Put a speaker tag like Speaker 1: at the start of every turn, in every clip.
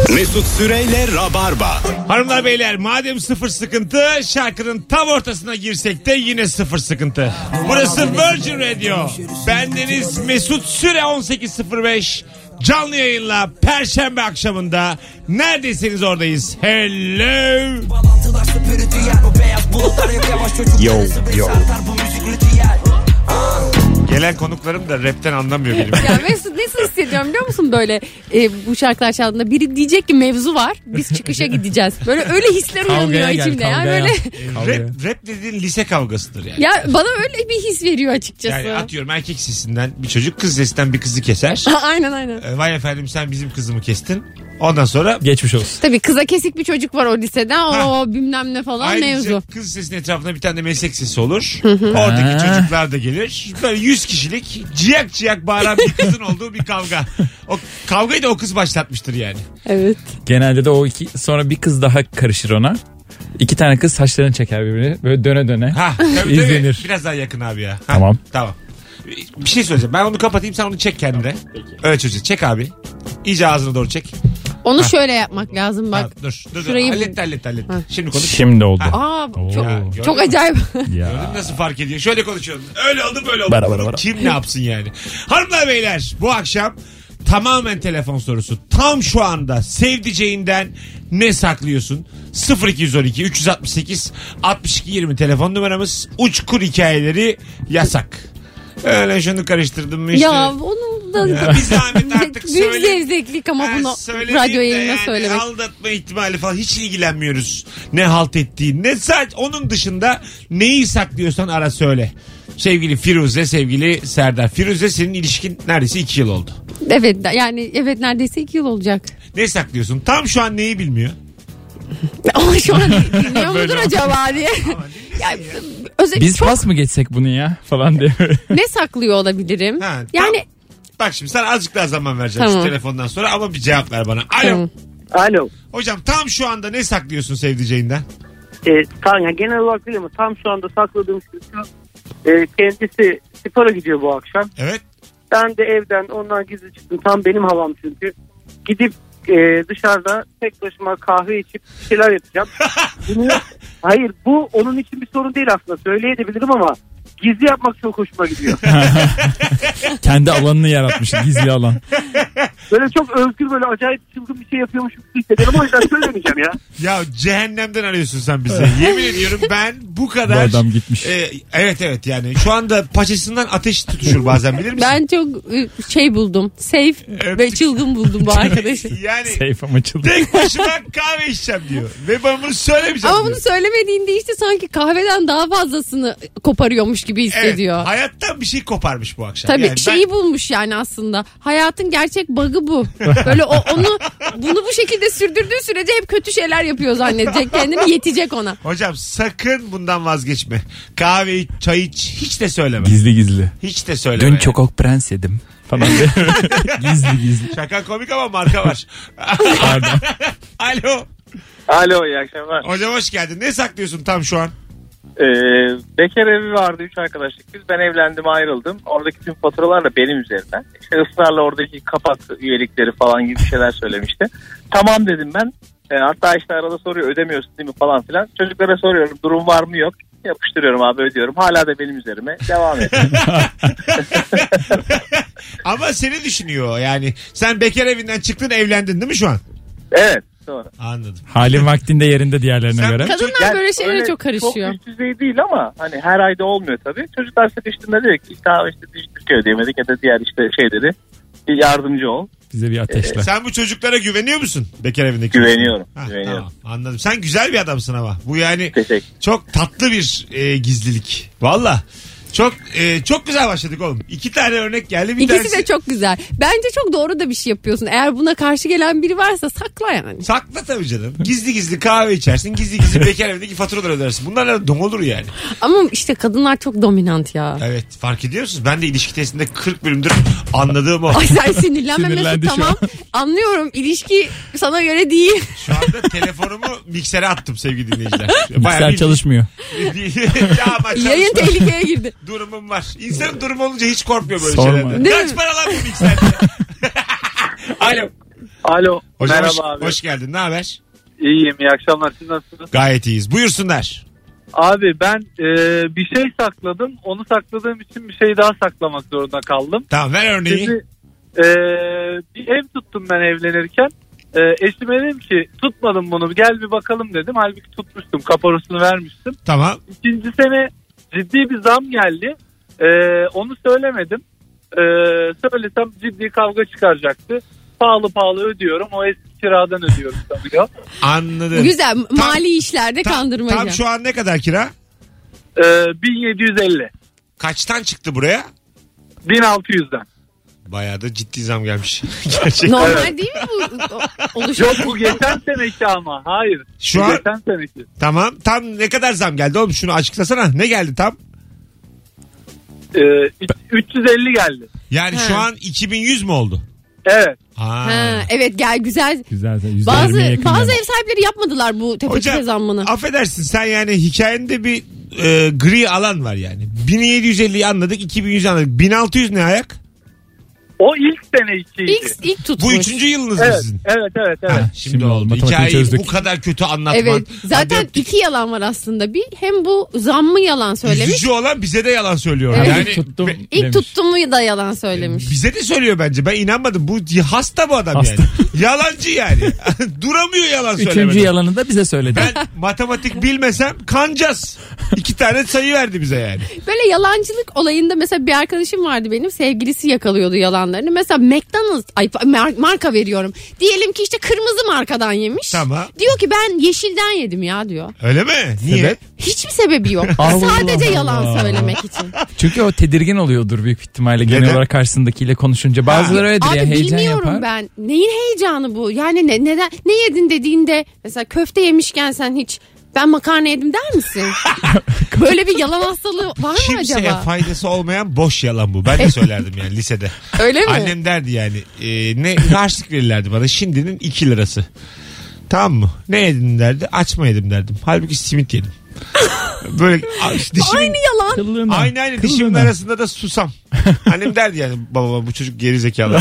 Speaker 1: Mesut Süreyle Rabarba.
Speaker 2: Hanımlar beyler, madem sıfır sıkıntı, şarkının tam ortasına girsek de yine sıfır sıkıntı. Burası Virgin Radio. Bendeniz Mesut Süre 18.05. Canlı yayınla Perşembe akşamında neredeyseniz oradayız. Hello.
Speaker 1: Yo yo.
Speaker 2: Gelen konuklarım da rapten anlamıyor benim.
Speaker 3: Ya Mesut nasıl hissediyorum biliyor musun böyle bu şarkılar çaldığında biri diyecek ki mevzu var, biz çıkışa gideceğiz. Böyle öyle hisler uyanıyor içimde. Yani böyle
Speaker 2: Rap dediğin lise kavgasıdır yani.
Speaker 3: ya bana öyle bir his veriyor açıkçası.
Speaker 2: Yani atıyorum erkek sesinden bir çocuk, kız sesinden bir kızı keser.
Speaker 3: Aynen.
Speaker 2: Vay efendim sen bizim kızımı kestin. Ondan sonra
Speaker 4: geçmiş olsun.
Speaker 3: Tabii kıza kesik bir çocuk var o liseden. O bilmem ne falan
Speaker 2: ayrıca
Speaker 3: mevzu.
Speaker 2: kız sesinin etrafında bir tane de meslek sesi olur. Oradaki çocuklar da gelir. Böyle 100 kişilik ciyak ciyak bağıran bir kızın olduğu bir kavga. O kavgayı da o kız başlatmıştır yani.
Speaker 3: Evet.
Speaker 4: Genelde de o iki, sonra bir kız daha karışır ona. İki tane kız saçlarını çeker birbirine. Böyle döne döne
Speaker 2: Tabii,
Speaker 4: izlenir.
Speaker 2: tabii. Biraz daha yakın abi ya.
Speaker 4: Tamam.
Speaker 2: Bir şey söyleyeceğim. Ben onu kapatayım, sen onu çek kendine. Öyle çocuğu çek abi. İyice ağzına doğru çek.
Speaker 3: Onu şöyle yapmak lazım bak.
Speaker 2: Dur.
Speaker 3: Şurayı
Speaker 2: Hallet. Şimdi konuş.
Speaker 4: Şimdi oldu.
Speaker 3: Aa
Speaker 2: Ya,
Speaker 3: çok acayip.
Speaker 4: Ya.
Speaker 2: Gördün nasıl fark ediyor? Şöyle konuşuyorum. Öyle oldu böyle oldu.
Speaker 4: Bara.
Speaker 2: Kim ne yapsın yani? Hanımlar beyler, bu akşam tamamen telefon sorusu. Tam şu anda sevdiceğinden ne saklıyorsun? 0212 368 62 20 telefon numaramız. Uçkur hikayeleri yasak. Öyle şunu karıştırdım mı işte.
Speaker 3: Ya onu da
Speaker 2: Bir zahmet artık
Speaker 3: büyük
Speaker 2: söyle.
Speaker 3: zevzeklik ama bunu radyo yayınına söylemek.
Speaker 2: Aldatma ihtimali falan hiç ilgilenmiyoruz. Ne halt ettiğin, ne sadece onun dışında neyi saklıyorsan ara söyle. Sevgili Firuze, sevgili Serdar. Firuze, senin ilişkin neredeyse 2 yıl oldu.
Speaker 3: Evet yani neredeyse 2 yıl olacak.
Speaker 2: Ne saklıyorsun? Tam şu an neyi bilmiyor?
Speaker 3: Ama şu an dinliyor mudur acaba diye.
Speaker 4: Biz pas mı geçsek bunu ya falan diye.
Speaker 3: Ne saklıyor olabilirim? Yani
Speaker 2: bak şimdi sana azıcık daha zaman vereceğim şu telefondan sonra ama bir cevap ver bana. Alo.
Speaker 3: Tamam.
Speaker 5: Alo.
Speaker 2: Hocam tam şu anda ne saklıyorsun sevdiceğinden?
Speaker 5: Yani genel olarak değil ama tam şu anda sakladığım şey şu. Kendisi spora gidiyor bu akşam.
Speaker 2: Evet.
Speaker 5: Ben de evden ondan gizli çıktım. Tam benim havam çünkü. Gidip dışarıda tek başıma kahve içip bir şeyler yapacağım. Hayır, bu onun için bir sorun değil aslında. Söyleyebilirim ama gizli yapmak çok hoşuma gidiyor.
Speaker 4: Kendi alanını yaratmış, gizli alan.
Speaker 5: Böyle çok özgür, böyle acayip çılgın bir şey yapıyormuşum hissediyorum. O yüzden söylemeyeceğim ya.
Speaker 2: Ya cehennemden arıyorsun sen bizi. Yemin ediyorum ben bu kadar.
Speaker 4: Bu adam gitmiş.
Speaker 2: Evet yani şu anda paçasından ateş tutuşur bazen, bilir misin?
Speaker 3: Ben çok buldum. Safe ve çılgın buldum bu arkadaşı.
Speaker 2: Yani
Speaker 4: Safe ama çılgın.
Speaker 2: tek başıma kahve içeceğim diyor. Ve ben bunu söylemeyeceğim
Speaker 3: Ama
Speaker 2: diyor.
Speaker 3: bunu söylemediğinde işte sanki kahveden daha fazlasını koparıyormuş gibi hissediyor.
Speaker 2: Evet, hayattan bir şey koparmış bu akşam.
Speaker 3: Tabii
Speaker 2: yani
Speaker 3: şeyi bulmuş yani aslında. Hayatın gerçek bug'ı bu. Böyle bunu bu şekilde sürdürdüğü sürece hep kötü şeyler yapıyor zannedecek. Kendini yetecek ona.
Speaker 2: Hocam sakın bundan vazgeçme. Kahve iç, çay iç, hiç de söyleme.
Speaker 4: Gizli.
Speaker 2: Hiç de söyleme.
Speaker 4: Dün çok ok prens yedim falan diye. Gizli.
Speaker 2: Şaka komik ama marka var. Alo.
Speaker 6: Alo, iyi akşamlar.
Speaker 2: Hocam hoş geldin. Ne saklıyorsun tam şu an?
Speaker 6: Bekar evi vardı, 3 arkadaşlık biz. Ben evlendim, ayrıldım. Oradaki tüm faturalar da benim üzerimden. İşte ısrarla oradaki kapat üyelikleri falan gibi şeyler söylemişti. Tamam dedim ben. Hatta işte arada soruyor, ödemiyorsun değil mi falan filan. Çocuklara soruyorum, durum var mı yok. Yapıştırıyorum abi, ödüyorum. Hala da benim üzerime. Devam et.
Speaker 2: Ama seni düşünüyor yani. Sen bekar evinden çıktın, evlendin değil mi şu an?
Speaker 6: Evet. Sonra.
Speaker 2: Anladım.
Speaker 4: Halin vaktinde yerinde diğerlerine
Speaker 2: Sen
Speaker 4: göre.
Speaker 3: Kadınlar
Speaker 6: Yani
Speaker 3: böyle şeylere
Speaker 6: öyle
Speaker 3: çok karışıyor.
Speaker 6: Çok üst düzey değil ama hani her ayda olmuyor tabii. Çocuklar sıkıştığında diyor ki işte bir şey ödeyemedik ya da diğer işte şeyleri yardımcı ol.
Speaker 4: Bize bir ateşle.
Speaker 2: Sen bu çocuklara güveniyor musun? Bekar evindeki.
Speaker 6: Güveniyorum.
Speaker 2: Tamam, anladım. Sen güzel bir adamsın ama. Bu yani
Speaker 6: Teşekkür.
Speaker 2: çok tatlı bir gizlilik. Valla. Çok güzel başladık oğlum. 2 tane örnek geldi.
Speaker 3: İkisi de çok güzel. Bence çok doğru da bir şey yapıyorsun. Eğer buna karşı gelen biri varsa sakla yani.
Speaker 2: Sakla tabii canım. Gizli kahve içersin. Gizli bekar evindeki faturaları ödersin. Bunlarla dom olur yani.
Speaker 3: Ama işte kadınlar çok dominant ya.
Speaker 2: Evet, fark ediyor musunuz? Ben de ilişki testinde 40 bölümdür anladığım o.
Speaker 3: Ay sen sinirlenme Mesut,
Speaker 4: Sinirlendi şu
Speaker 3: tamam. Anlıyorum, ilişki sana göre değil.
Speaker 2: Şu anda telefonumu miksere attım sevgili dinleyiciler.
Speaker 4: Mikser çalışmıyor.
Speaker 3: Yayın tehlikeye girdi.
Speaker 2: Durumum var. İnsanın durumu olunca hiç korkmuyor böyle
Speaker 4: Sorma.
Speaker 2: şeylerden.
Speaker 3: Değil
Speaker 2: Kaç
Speaker 3: mi?
Speaker 2: para lan bu mikserde? Alo.
Speaker 6: Alo.
Speaker 2: Hocam
Speaker 6: Merhaba abi.
Speaker 2: hoş geldin. Ne haber?
Speaker 6: İyiyim, iyi akşamlar. Siz nasılsınız?
Speaker 2: Gayet iyiyiz. Buyursunlar.
Speaker 6: Abi ben bir şey sakladım. Onu sakladığım için bir şey daha saklamak zorunda kaldım.
Speaker 2: Tamam, ver örneği.
Speaker 6: Şimdi bir ev tuttum ben evlenirken. Eşime dedim ki tutmadım bunu, gel bir bakalım dedim. Halbuki tutmuştum, kaparosunu vermiştim.
Speaker 2: Tamam.
Speaker 6: İkinci sene ciddi bir zam geldi. Onu söylemedim. Söylesem ciddi kavga çıkaracaktı. Pahalı ödüyorum. O eski kiradan ödüyorum sanıyor.
Speaker 2: Anladım.
Speaker 3: Güzel, mali işlerde kandırmaca.
Speaker 2: Tam şu an ne kadar kira?
Speaker 6: 1750.
Speaker 2: Kaçtan çıktı buraya?
Speaker 6: 1600'den.
Speaker 2: Bayağı da ciddi zam gelmiş. Gerçekten.
Speaker 3: Normal değil mi bu oluşum?
Speaker 6: Yok, bu geçen seneki ama. Hayır.
Speaker 2: Şu
Speaker 6: bu
Speaker 2: an-
Speaker 6: geçen seneki.
Speaker 2: Tamam. Tam ne kadar zam geldi oğlum? Şunu açıklasana. Ne geldi tam?
Speaker 6: 350 geldi.
Speaker 2: Yani şu an 2100 mü oldu?
Speaker 6: Evet.
Speaker 2: Ha.
Speaker 3: Ha, evet gel güzel.
Speaker 4: Güzel.
Speaker 3: Bazı ev sahipleri yapmadılar bu tepeki zammını.
Speaker 2: Affedersin, sen yani hikayende bir gri alan var yani. 1750'yi anladık, 2100'ü anladık. 1600 ne ayak?
Speaker 6: O ilk sene ikiydi.
Speaker 3: İlk tutmuş.
Speaker 2: Bu 3. yılınız mı
Speaker 6: Evet,
Speaker 2: sizin?
Speaker 6: evet.
Speaker 2: Ha, şimdi oldu.
Speaker 4: matematiği
Speaker 2: Hikayeyi
Speaker 4: çözdük.
Speaker 2: bu kadar kötü anlatman.
Speaker 3: Evet. Zaten
Speaker 2: Hadi,
Speaker 3: iki yalan var aslında. Bir hem bu zammı yalan söylemiş.
Speaker 2: üzücü olan bize de yalan söylüyor.
Speaker 3: Evet.
Speaker 2: Yani
Speaker 4: tuttum.
Speaker 3: İlk
Speaker 4: demiş.
Speaker 3: tuttuğumu da yalan söylemiş.
Speaker 2: bize de söylüyor bence. Ben inanmadım. Bu hasta bu adam
Speaker 4: Hasta.
Speaker 2: yani. Yalancı yani. Duramıyor yalan söylemeden.
Speaker 4: Üçüncü yalanı da bize söyledi.
Speaker 2: Ben matematik bilmesem kancaz. 2 tane sayı verdi bize yani.
Speaker 3: Böyle yalancılık olayında mesela bir arkadaşım vardı benim. Sevgilisi yakalıyordu yalanlarını. Mesela McDonald's marka veriyorum. Diyelim ki işte kırmızı markadan yemiş.
Speaker 2: Tamam.
Speaker 3: Diyor ki ben yeşilden yedim ya diyor.
Speaker 2: Öyle mi? Niye?
Speaker 4: Sebep?
Speaker 3: Hiçbir sebebi yok.
Speaker 4: Allah
Speaker 3: Sadece
Speaker 4: Allah.
Speaker 3: yalan söylemek için.
Speaker 4: Çünkü o tedirgin oluyordur büyük ihtimalle genel
Speaker 2: Neden?
Speaker 4: olarak karşısındakiyle konuşunca. Bazıları öyledir
Speaker 3: Abi
Speaker 4: ya, heyecan
Speaker 3: bilmiyorum
Speaker 4: yapar.
Speaker 3: ben. Neyin heyecanı bu? Yani neden ne yedin dediğinde mesela köfte yemişken sen hiç ben makarna yedim der misin? Böyle bir yalan hastalığı var mı
Speaker 2: Kimseye
Speaker 3: acaba?
Speaker 2: faydası olmayan boş yalan bu. Ben de söylerdim yani lisede.
Speaker 3: Öyle mi?
Speaker 2: Annem derdi yani ne harçlık verirlerdi bana, şimdinin 2 lirası. Tamam mı? Ne yedin derdi. Açma yedim derdim. Halbuki simit yedim. Böyle dişimin,
Speaker 3: Aynı yalan.
Speaker 4: Kıllığına.
Speaker 2: aynı dişimin
Speaker 4: Kıllığına.
Speaker 2: arasında da susam. Annem derdi yani baba bu çocuk geri zekalı.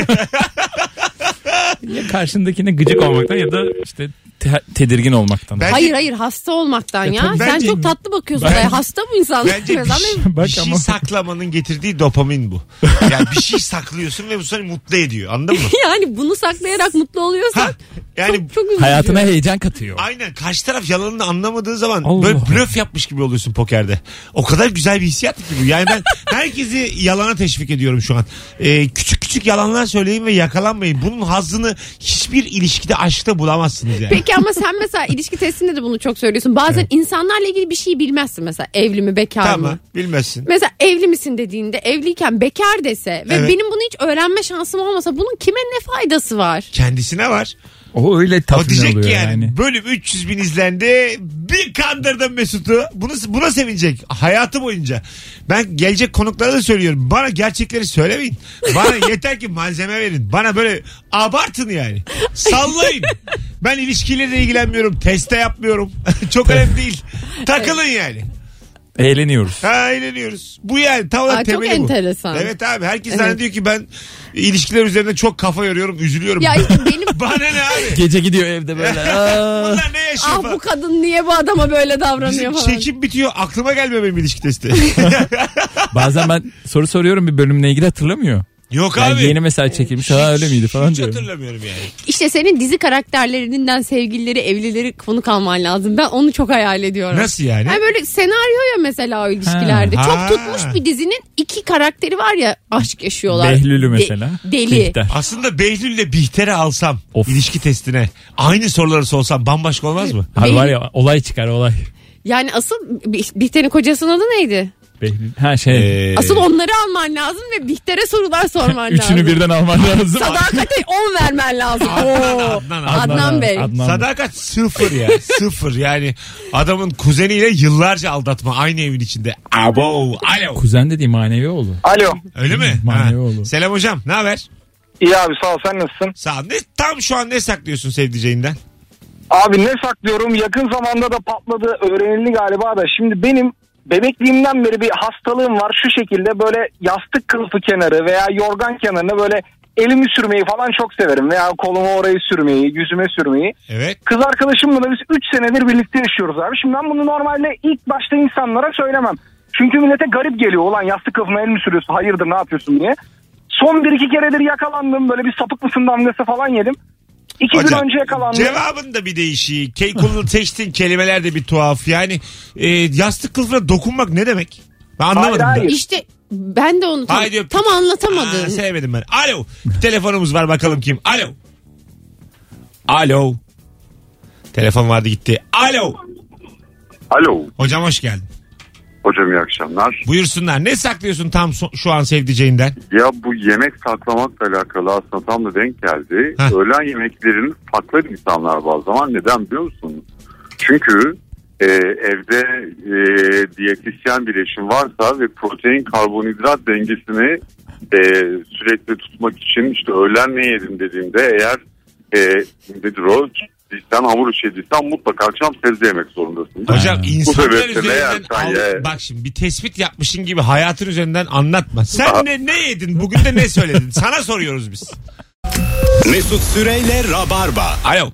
Speaker 4: Ya karşındakine gıcık olmaktan ya da işte tedirgin olmaktan.
Speaker 2: Ben-
Speaker 3: Hayır hasta olmaktan ya.
Speaker 4: tabii.
Speaker 3: Sen
Speaker 2: Bence-
Speaker 3: çok tatlı bakıyorsun.
Speaker 2: Bence-
Speaker 3: Hasta bu insanlar.
Speaker 2: Bence bir,
Speaker 4: Bak
Speaker 2: bir şey
Speaker 4: ama.
Speaker 2: saklamanın getirdiği dopamin bu. Yani bir şey saklıyorsun ve bu seni mutlu ediyor. Anladın mı?
Speaker 3: Yani bunu saklayarak mutlu oluyorsan
Speaker 2: Ha, yani
Speaker 3: çok üzücü.
Speaker 4: Hayatına heyecan katıyor.
Speaker 2: aynen, karşı taraf yalanını anlamadığı zaman
Speaker 4: Allah
Speaker 2: böyle
Speaker 4: Allah.
Speaker 2: blöf yapmış gibi oluyorsun pokerde. O kadar güzel bir hissiyat ki bu. Yani ben herkesi yalana teşvik ediyorum şu an. Küçük küçük yalanlar söyleyin ve yakalanmayın. Bunun hazzını hiçbir ilişkide, aşkta bulamazsınız yani.
Speaker 3: Peki ama sen mesela ilişki testinde de bunu çok söylüyorsun. Bazen insanlarla ilgili bir şey bilmezsin mesela. Evli mi bekar
Speaker 2: Tamam,
Speaker 3: mı?
Speaker 2: bilmezsin.
Speaker 3: Mesela evli misin dediğinde evliyken bekar dese ve
Speaker 2: Evet.
Speaker 3: benim bunu hiç öğrenme şansım olmasa bunun kime ne faydası var?
Speaker 2: Kendisine var.
Speaker 4: O öyle
Speaker 2: O
Speaker 4: tatmin
Speaker 2: diyecek
Speaker 4: oluyor
Speaker 2: ki yani,
Speaker 4: yani.
Speaker 2: bölüm 300 bin izlendi. Bir kandırdım Mesut'u. Buna sevinecek hayatı boyunca. Ben gelecek konuklara da söylüyorum. Bana gerçekleri söylemeyin. Bana yeter ki malzeme verin. Bana böyle abartın yani. Sallayın. Ben ilişkilerle ilgilenmiyorum. Teste yapmıyorum. Çok önemli değil. Takılın yani.
Speaker 4: Eğleniyoruz.
Speaker 2: Ha, eğleniyoruz. Bu yani tam olarak
Speaker 3: Aa, çok
Speaker 2: temeli bu.
Speaker 3: enteresan.
Speaker 2: Evet abi. Herkes
Speaker 3: Evet.
Speaker 2: zannediyor ki ben ilişkiler üzerinde çok kafa yoruyorum. Üzülüyorum.
Speaker 3: Ya işte benim
Speaker 2: Bana ne abi?
Speaker 4: Gece gidiyor evde böyle. Aa.
Speaker 2: Bunlar ne yaşıyor
Speaker 3: ah
Speaker 2: falan.
Speaker 3: bu kadın niye bu adama böyle davranıyor
Speaker 2: Bizim
Speaker 3: falan.
Speaker 2: çekim bitiyor. Aklıma gelmiyor benim ilişki testi.
Speaker 4: Bazen ben soru soruyorum bir bölümle ilgili hatırlamıyor.
Speaker 2: Yok
Speaker 4: Yani
Speaker 2: abi.
Speaker 4: yeni mesaj çekilmiş. Ha öyle miydi falan
Speaker 2: Hiç
Speaker 4: diyor.
Speaker 2: hatırlamıyorum yani.
Speaker 3: İşte senin dizi karakterlerinden sevgilileri, evlileri konuk alman lazım. Ben onu çok hayal ediyorum.
Speaker 2: Nasıl yani?
Speaker 3: Yani böyle senaryo ya mesela o ilişkilerde.
Speaker 2: Ha.
Speaker 3: Çok
Speaker 2: Ha.
Speaker 3: tutmuş bir dizinin 2 karakteri var ya aşk yaşıyorlar.
Speaker 4: Behlül'ü mesela.
Speaker 3: Deli.
Speaker 4: Bihter.
Speaker 2: Aslında Behlül'le Bihter'i alsam
Speaker 4: Of.
Speaker 2: ilişki testine aynı soruları sorsam bambaşka olmaz mı?
Speaker 4: Abi var ya olay çıkar olay.
Speaker 3: Yani asıl Bihter'in kocasının adı neydi?
Speaker 4: Behlül. Ha şey.
Speaker 3: Asıl onları alman lazım ve Bihter'e sorular sorman lazım.
Speaker 4: Üçünü birden alman lazım.
Speaker 3: Sadakate 10 vermen lazım. Oo. Adnan Bey.
Speaker 2: Sadakat sıfır ya. Sıfır yani. Adamın kuzeniyle yıllarca aldatma aynı evin içinde. Abo. Alo.
Speaker 4: Kuzen dediği manevi oğlu.
Speaker 6: Alo.
Speaker 2: Öyle mi?
Speaker 4: Manevi
Speaker 2: Ha.
Speaker 4: oğlu.
Speaker 2: Selam hocam. Ne haber?
Speaker 6: İyi abi, sağ ol, sen nasılsın?
Speaker 2: Sağ ol. Tam şu an ne saklıyorsun sevdiceğinden?
Speaker 6: Abi ne saklıyorum? Yakın zamanda da patladı, öğrenildi galiba da. Şimdi benim bebekliğimden beri bir hastalığım var. Şu şekilde böyle yastık kılıfı kenarı veya yorgan kenarına böyle
Speaker 7: elimi sürmeyi falan çok severim. Veya kolumu oraya sürmeyi, yüzüme sürmeyi.
Speaker 2: Evet.
Speaker 7: Kız arkadaşımla da biz 3 senedir birlikte yaşıyoruz abi. Şimdi ben bunu normalde ilk başta insanlara söylemem. Çünkü millete garip geliyor. Ulan yastık kılıfına el mi sürüyorsun? Hayırdır ne yapıyorsun diye. Son 1-2 keredir yakalandım. Böyle bir sapık mısın damgası falan yedim. 2 gün önce yakalandım.
Speaker 2: Cevabın da bir değişiği. Seçtiğin kelimeler de bir tuhaf. Yani yastık kılıfına dokunmak ne demek? Ben anlamadım.
Speaker 7: Hayır.
Speaker 3: İşte ben de onu tam anlatamadım.
Speaker 2: Sevmedim ben. Alo. Bir telefonumuz var bakalım kim? Alo. Alo. Telefon vardı gitti. Alo.
Speaker 8: Alo.
Speaker 2: Hocam hoş geldin.
Speaker 8: Hocam iyi akşamlar.
Speaker 2: Buyursunlar. Ne saklıyorsun tam şu an sevdiceğinden?
Speaker 8: Ya bu yemek saklamakla alakalı aslında tam da denk geldi.
Speaker 2: Heh.
Speaker 8: Öğlen yemeklerini saklar insanlar bazı zaman. Neden biliyor musun? Çünkü evde diyetisyen bir eşin varsa ve protein karbonhidrat dengesini sürekli tutmak için işte öğlen ne yedin dediğinde eğer nedir o? Sen hamur işlediysen mutlaka akşam sebze yemek zorundasın.
Speaker 2: Hocam insanlar
Speaker 8: sebeple
Speaker 2: üzerinden bak şimdi bir tespit yapmışın gibi hayatın üzerinden anlatma. Sen ne yedin? Bugün de ne söyledin? Sana soruyoruz biz.
Speaker 1: Mesut Süreyle Rabarba.
Speaker 2: Alo.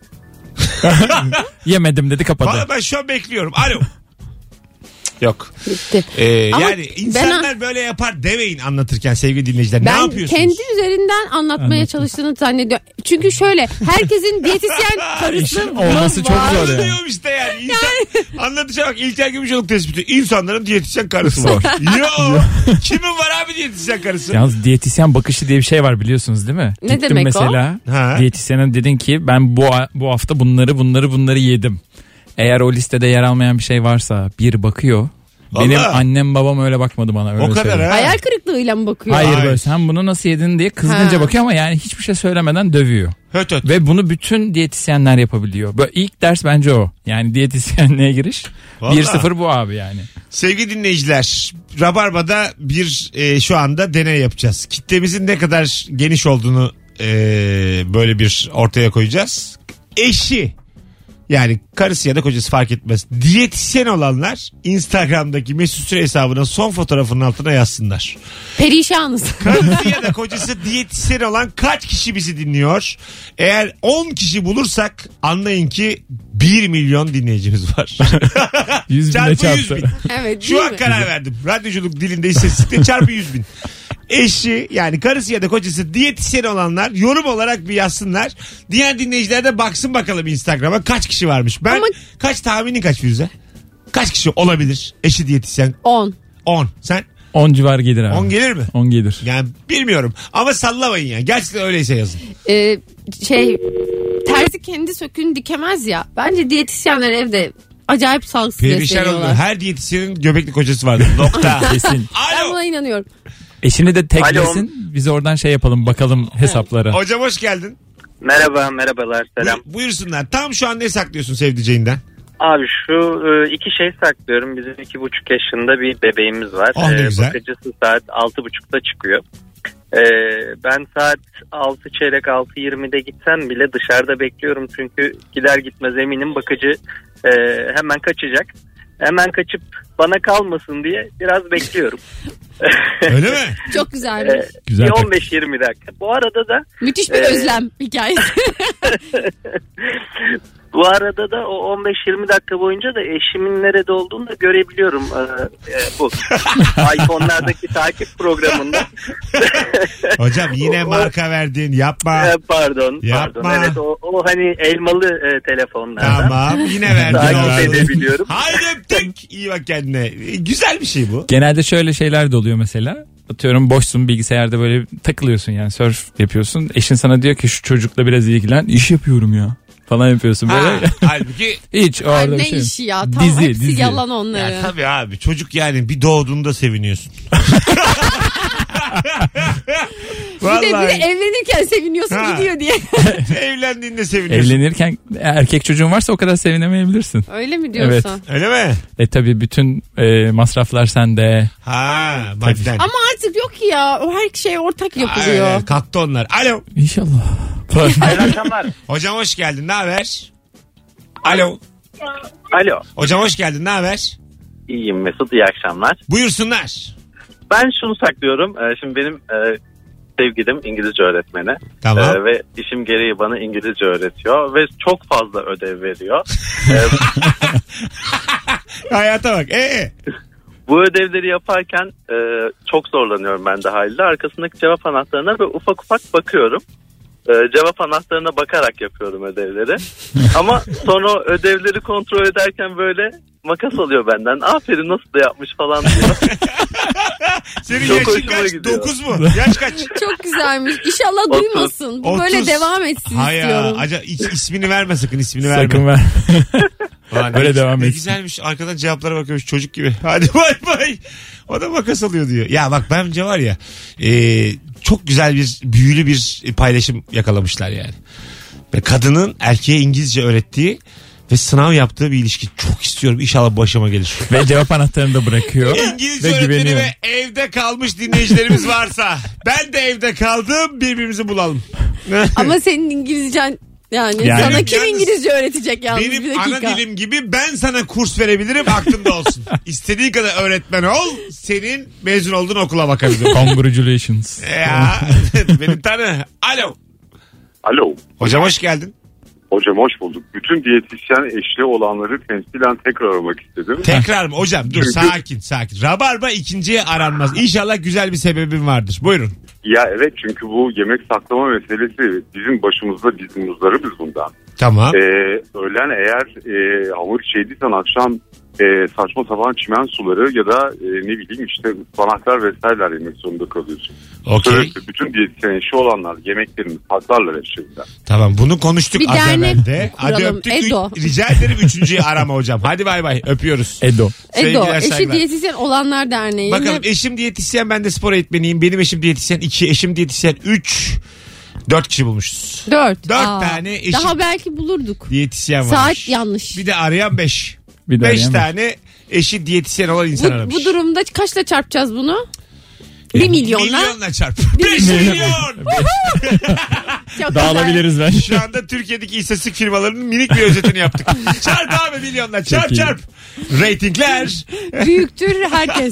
Speaker 4: Yemedim dedi kapadı.
Speaker 2: Vallahi ben şu an bekliyorum. Alo. Yok.
Speaker 3: Bitti.
Speaker 2: Yani insanlar böyle yapar demeyin anlatırken sevgili dinleyiciler. Ne
Speaker 3: Ben
Speaker 2: yapıyorsunuz?
Speaker 3: kendi üzerinden anlatmaya çalıştığını zannediyorum. Çünkü şöyle herkesin diyetisyen karısı
Speaker 4: İşin olması çok
Speaker 3: var.
Speaker 4: zor yani.
Speaker 2: Diyorum işte yani. Anlatışa bak İlker Gümüşoluk tespiti. İnsanların diyetisyen karısı var. Yo. Kimin var abi diyetisyen karısı?
Speaker 4: Yalnız diyetisyen bakışı diye bir şey var biliyorsunuz değil mi?
Speaker 3: Ne
Speaker 4: Gittim
Speaker 3: demek
Speaker 4: mesela,
Speaker 3: o?
Speaker 2: Ha.
Speaker 4: diyetisyene dedin ki ben bu hafta bunları yedim. Eğer o listede yer almayan bir şey varsa bir bakıyor.
Speaker 2: Vallahi.
Speaker 4: Benim annem babam öyle bakmadı bana. Öyle
Speaker 2: O kadar
Speaker 4: söyleyeyim.
Speaker 2: ha.
Speaker 3: Hayal kırıklığıyla mı bakıyor?
Speaker 4: Hayır
Speaker 2: Hayır.
Speaker 4: böyle sen bunu nasıl yedin diye kızgınca
Speaker 3: Ha.
Speaker 4: bakıyor ama yani hiçbir şey söylemeden dövüyor.
Speaker 2: Höt höt.
Speaker 4: Ve bunu bütün diyetisyenler yapabiliyor. Böyle ilk ders bence o. Yani diyetisyenliğe giriş.
Speaker 2: Vallahi.
Speaker 4: 1-0 bu abi yani.
Speaker 2: Sevgili dinleyiciler, Rabarba'da bir şu anda deney yapacağız. Kitlemizin ne kadar geniş olduğunu böyle bir ortaya koyacağız. Eşi yani karısı ya da kocası fark etmez. Diyetisyen olanlar Instagram'daki Mesut Süre hesabına son fotoğrafının altına yazsınlar.
Speaker 3: Perişanız.
Speaker 2: Karısı ya da kocası diyetisyen olan kaç kişi bizi dinliyor? Eğer 10 kişi bulursak anlayın ki 1 milyon dinleyicimiz var.
Speaker 4: 100 bine
Speaker 2: Çarpı 100
Speaker 4: çarptı.
Speaker 2: bin.
Speaker 3: Evet,
Speaker 2: Şu
Speaker 3: değil
Speaker 2: an
Speaker 3: mi?
Speaker 2: karar verdim. Radyoculuk dilinde istatistikle çarpı 100 bin. Eşi yani karısı ya da kocası diyetisyen olanlar yorum olarak bir yazsınlar. Diğer dinleyiciler de baksın bakalım Instagram'a kaç kişi varmış. Ben
Speaker 3: Ama-
Speaker 2: kaç tahminin kaç Firuze? Kaç kişi olabilir eşi diyetisyen?
Speaker 3: 10.
Speaker 2: 10. Sen
Speaker 4: 10 civar gelir abi.
Speaker 2: 10 gelir mi?
Speaker 4: 10 gelir.
Speaker 2: Yani bilmiyorum ama sallamayın ya. Gerçekten öyleyse yazın.
Speaker 3: Terzi kendi söküğünü dikemez ya. Bence diyetisyenler evde acayip sağlıksız
Speaker 2: Perişan oluyor.
Speaker 3: besleniyorlar.
Speaker 2: Her diyetisyenin göbekli kocası vardır. Nokta.
Speaker 4: Kesin.
Speaker 3: Ben
Speaker 2: Alo.
Speaker 3: buna inanıyorum.
Speaker 4: Eşini de teklesin. Biz oradan şey yapalım bakalım hesaplara.
Speaker 2: Hocam hoş geldin.
Speaker 6: Merhabalar selam.
Speaker 2: Buyursunlar. Tam şu an ne saklıyorsun sevdiceğinden?
Speaker 6: Abi şu iki şey saklıyorum. Bizim 2,5 yaşında bir bebeğimiz var.
Speaker 2: Oh, ne güzel.
Speaker 6: Bakıcısı saat 6.30'da çıkıyor. Ben saat 6 çeyrek 6.20'de gitsem bile dışarıda bekliyorum. Çünkü gider gitmez eminim bakıcı hemen kaçacak. Hemen kaçıp bana kalmasın diye biraz bekliyorum.
Speaker 2: Öyle mi?
Speaker 3: Çok güzel.
Speaker 4: Güzel
Speaker 6: Bir
Speaker 4: taktik.
Speaker 6: 15-20 dakika. Bu arada da
Speaker 3: Müthiş bir özlem hikayesi.
Speaker 6: Bu arada da o 15-20 dakika boyunca da eşimin nerede olduğunu da görebiliyorum. Bu iPhone'lardaki takip programında.
Speaker 2: Hocam yine marka verdin. Yapma.
Speaker 6: Pardon.
Speaker 2: Yapma.
Speaker 6: Evet o hani elmalı telefonlardan.
Speaker 2: Tamam. Yine verdin.
Speaker 6: Takip edebiliyorum.
Speaker 2: Haydi öptük. İyi bak kendine. Güzel bir şey bu.
Speaker 4: Genelde şöyle şeyler de oluyor mesela. Atıyorum boşsun bilgisayarda böyle takılıyorsun yani surf yapıyorsun. Eşin sana diyor ki şu çocukla biraz ilgilen. İş yapıyorum ya falan yapıyorsun böyle.
Speaker 2: Ha, halbuki
Speaker 4: Hiç
Speaker 3: Ay,
Speaker 4: orada bir
Speaker 3: ne
Speaker 4: şey.
Speaker 3: işi ya. Tam hepsi yalan onların.
Speaker 2: ya tabii abi çocuk yani bir doğduğunda seviniyorsun.
Speaker 3: Bir de
Speaker 2: Vallahi
Speaker 3: evlenirken seviniyorsun
Speaker 2: Ha.
Speaker 3: gidiyor diye.
Speaker 2: evlendiğinde seviniyorsun.
Speaker 4: Evlenirken erkek çocuğun varsa o kadar sevinemeyebilirsin.
Speaker 3: Öyle mi diyorsun?
Speaker 2: Öyle mi?
Speaker 4: Tabii bütün masraflar sende.
Speaker 2: Ha, bak sen.
Speaker 3: Ama artık yok ki ya. O her şey ortak yapılıyor.
Speaker 2: Aynen, kalktı onlar. Alo.
Speaker 4: İnşallah.
Speaker 5: Hayırlı akşamlar.
Speaker 2: Hocam hoş geldin. Ne haber? Alo.
Speaker 6: Alo.
Speaker 2: Hocam hoş geldin. Ne haber?
Speaker 6: İyiyim Mesut, iyi akşamlar.
Speaker 2: Buyursunlar.
Speaker 6: Ben şunu saklıyorum. Şimdi benim
Speaker 9: sevgilim İngilizce öğretmeni.
Speaker 2: Tamam.
Speaker 9: Ve işim gereği bana İngilizce öğretiyor ve çok fazla ödev veriyor.
Speaker 2: Hayata bak.
Speaker 9: Bu ödevleri yaparken çok zorlanıyorum ben de haliyle. Arkasındaki cevap anahtarına ve ufak ufak bakıyorum. Cevap anahtarına bakarak yapıyorum ödevleri. Ama sonra o ödevleri kontrol ederken böyle makas alıyor benden. Aferin nasıl da yapmış falan diyor.
Speaker 2: Senin
Speaker 9: Çok
Speaker 2: yaşın
Speaker 9: hoşuma
Speaker 2: kaç?
Speaker 9: gidiyor.
Speaker 2: 9 mu? Yaş kaç?
Speaker 3: Çok güzelmiş. İnşallah duymasın. Bu böyle
Speaker 2: 30.
Speaker 3: devam etsin istiyorum.
Speaker 2: İsmini verme sakın, ismini verme.
Speaker 4: Sakın ver.
Speaker 2: Ulan
Speaker 4: Böyle devam
Speaker 2: ne
Speaker 4: etsin.
Speaker 2: güzelmiş. Arkadan cevaplara bakıyormuş çocuk gibi. Hadi bay bay. O da makas alıyor diyor. Ya bak bence var ya çok güzel bir büyülü bir paylaşım yakalamışlar yani. Ve kadının erkeğe İngilizce öğrettiği ve sınav yaptığı bir ilişki çok istiyorum. İnşallah başıma gelir.
Speaker 4: Ve cevap anahtarını da bırakıyor.
Speaker 2: İngilizce
Speaker 4: ve
Speaker 2: öğretmeni
Speaker 4: güveniyor.
Speaker 2: ve evde kalmış dinleyicilerimiz varsa ben de evde kaldım, birbirimizi bulalım.
Speaker 3: Ama senin İngilizcen yani
Speaker 4: Yani.
Speaker 3: sana
Speaker 2: Benim
Speaker 3: kim
Speaker 2: yalnız-
Speaker 3: İngilizce öğretecek yalnız bir
Speaker 2: Benim
Speaker 3: dakika.
Speaker 2: ana dilim gibi ben sana kurs verebilirim, aklında olsun. İstediğin kadar öğretmen ol, senin mezun olduğun okula bakabilirim.
Speaker 4: Congratulations.
Speaker 2: Ya benim tane. Alo.
Speaker 8: Alo.
Speaker 2: Hocam hoş geldin.
Speaker 8: Hocam hoş bulduk. Bütün diyetisyen eşli olanları temsilen tekrar aramak istedim.
Speaker 2: Tekrar mı? Hocam dur, sakin. Rabarba ikinciye aranmaz. İnşallah güzel bir sebebin vardır. Buyurun.
Speaker 8: Ya evet, çünkü bu yemek saklama meselesi bizim başımızda, biz muzdaribız bundan.
Speaker 2: Tamam.
Speaker 8: Öğlen eğer hamur içi yediysen akşam saçma sapan çimen suları ya da ne bileyim işte ıspanaklar vesaireler yemek zorunda kalıyorsun.
Speaker 2: Okey.
Speaker 8: Böylelikle bütün diyetisyen eşi olanlar yemeklerini saklarlar eşlerinden.
Speaker 2: Tamam, bunu konuştuk
Speaker 3: Bir
Speaker 2: az
Speaker 3: dernek
Speaker 2: evvel. Hadi
Speaker 3: kuralım,
Speaker 2: öptük.
Speaker 3: Edo.
Speaker 2: Rica ederim üçüncüyü arama hocam. Hadi bay bay, öpüyoruz.
Speaker 4: Edo.
Speaker 3: Edo,
Speaker 2: Sevgiler,
Speaker 3: Eşi
Speaker 2: saygılar.
Speaker 3: Diyetisyen Olanlar Derneği.
Speaker 2: Bakalım, eşim diyetisyen, ben de spor eğitmeniyim. Benim eşim diyetisyen 2, eşim diyetisyen 3. 4 kişi bulmuşuz.
Speaker 3: 4.
Speaker 2: 4 tane eşim
Speaker 3: Daha belki bulurduk.
Speaker 2: diyetisyen varmış.
Speaker 3: Saat yanlış.
Speaker 2: Bir de arayan 5.
Speaker 4: Bir de
Speaker 2: 5
Speaker 4: arayan
Speaker 2: tane eşi diyetisyen olan insan aramış.
Speaker 3: Bu durumda kaçla çarpacağız bunu? 1 milyonla.
Speaker 2: Milyonla çarp. 5 milyon.
Speaker 3: Çok
Speaker 4: Dağılabiliriz ben.
Speaker 2: Şu anda Türkiye'deki istatistik firmalarının minik bir özetini yaptık. Çarp abi milyonla. Çarp
Speaker 4: iyi.
Speaker 2: çarp. Ratingler.
Speaker 3: güzel. Büyüktür herkes.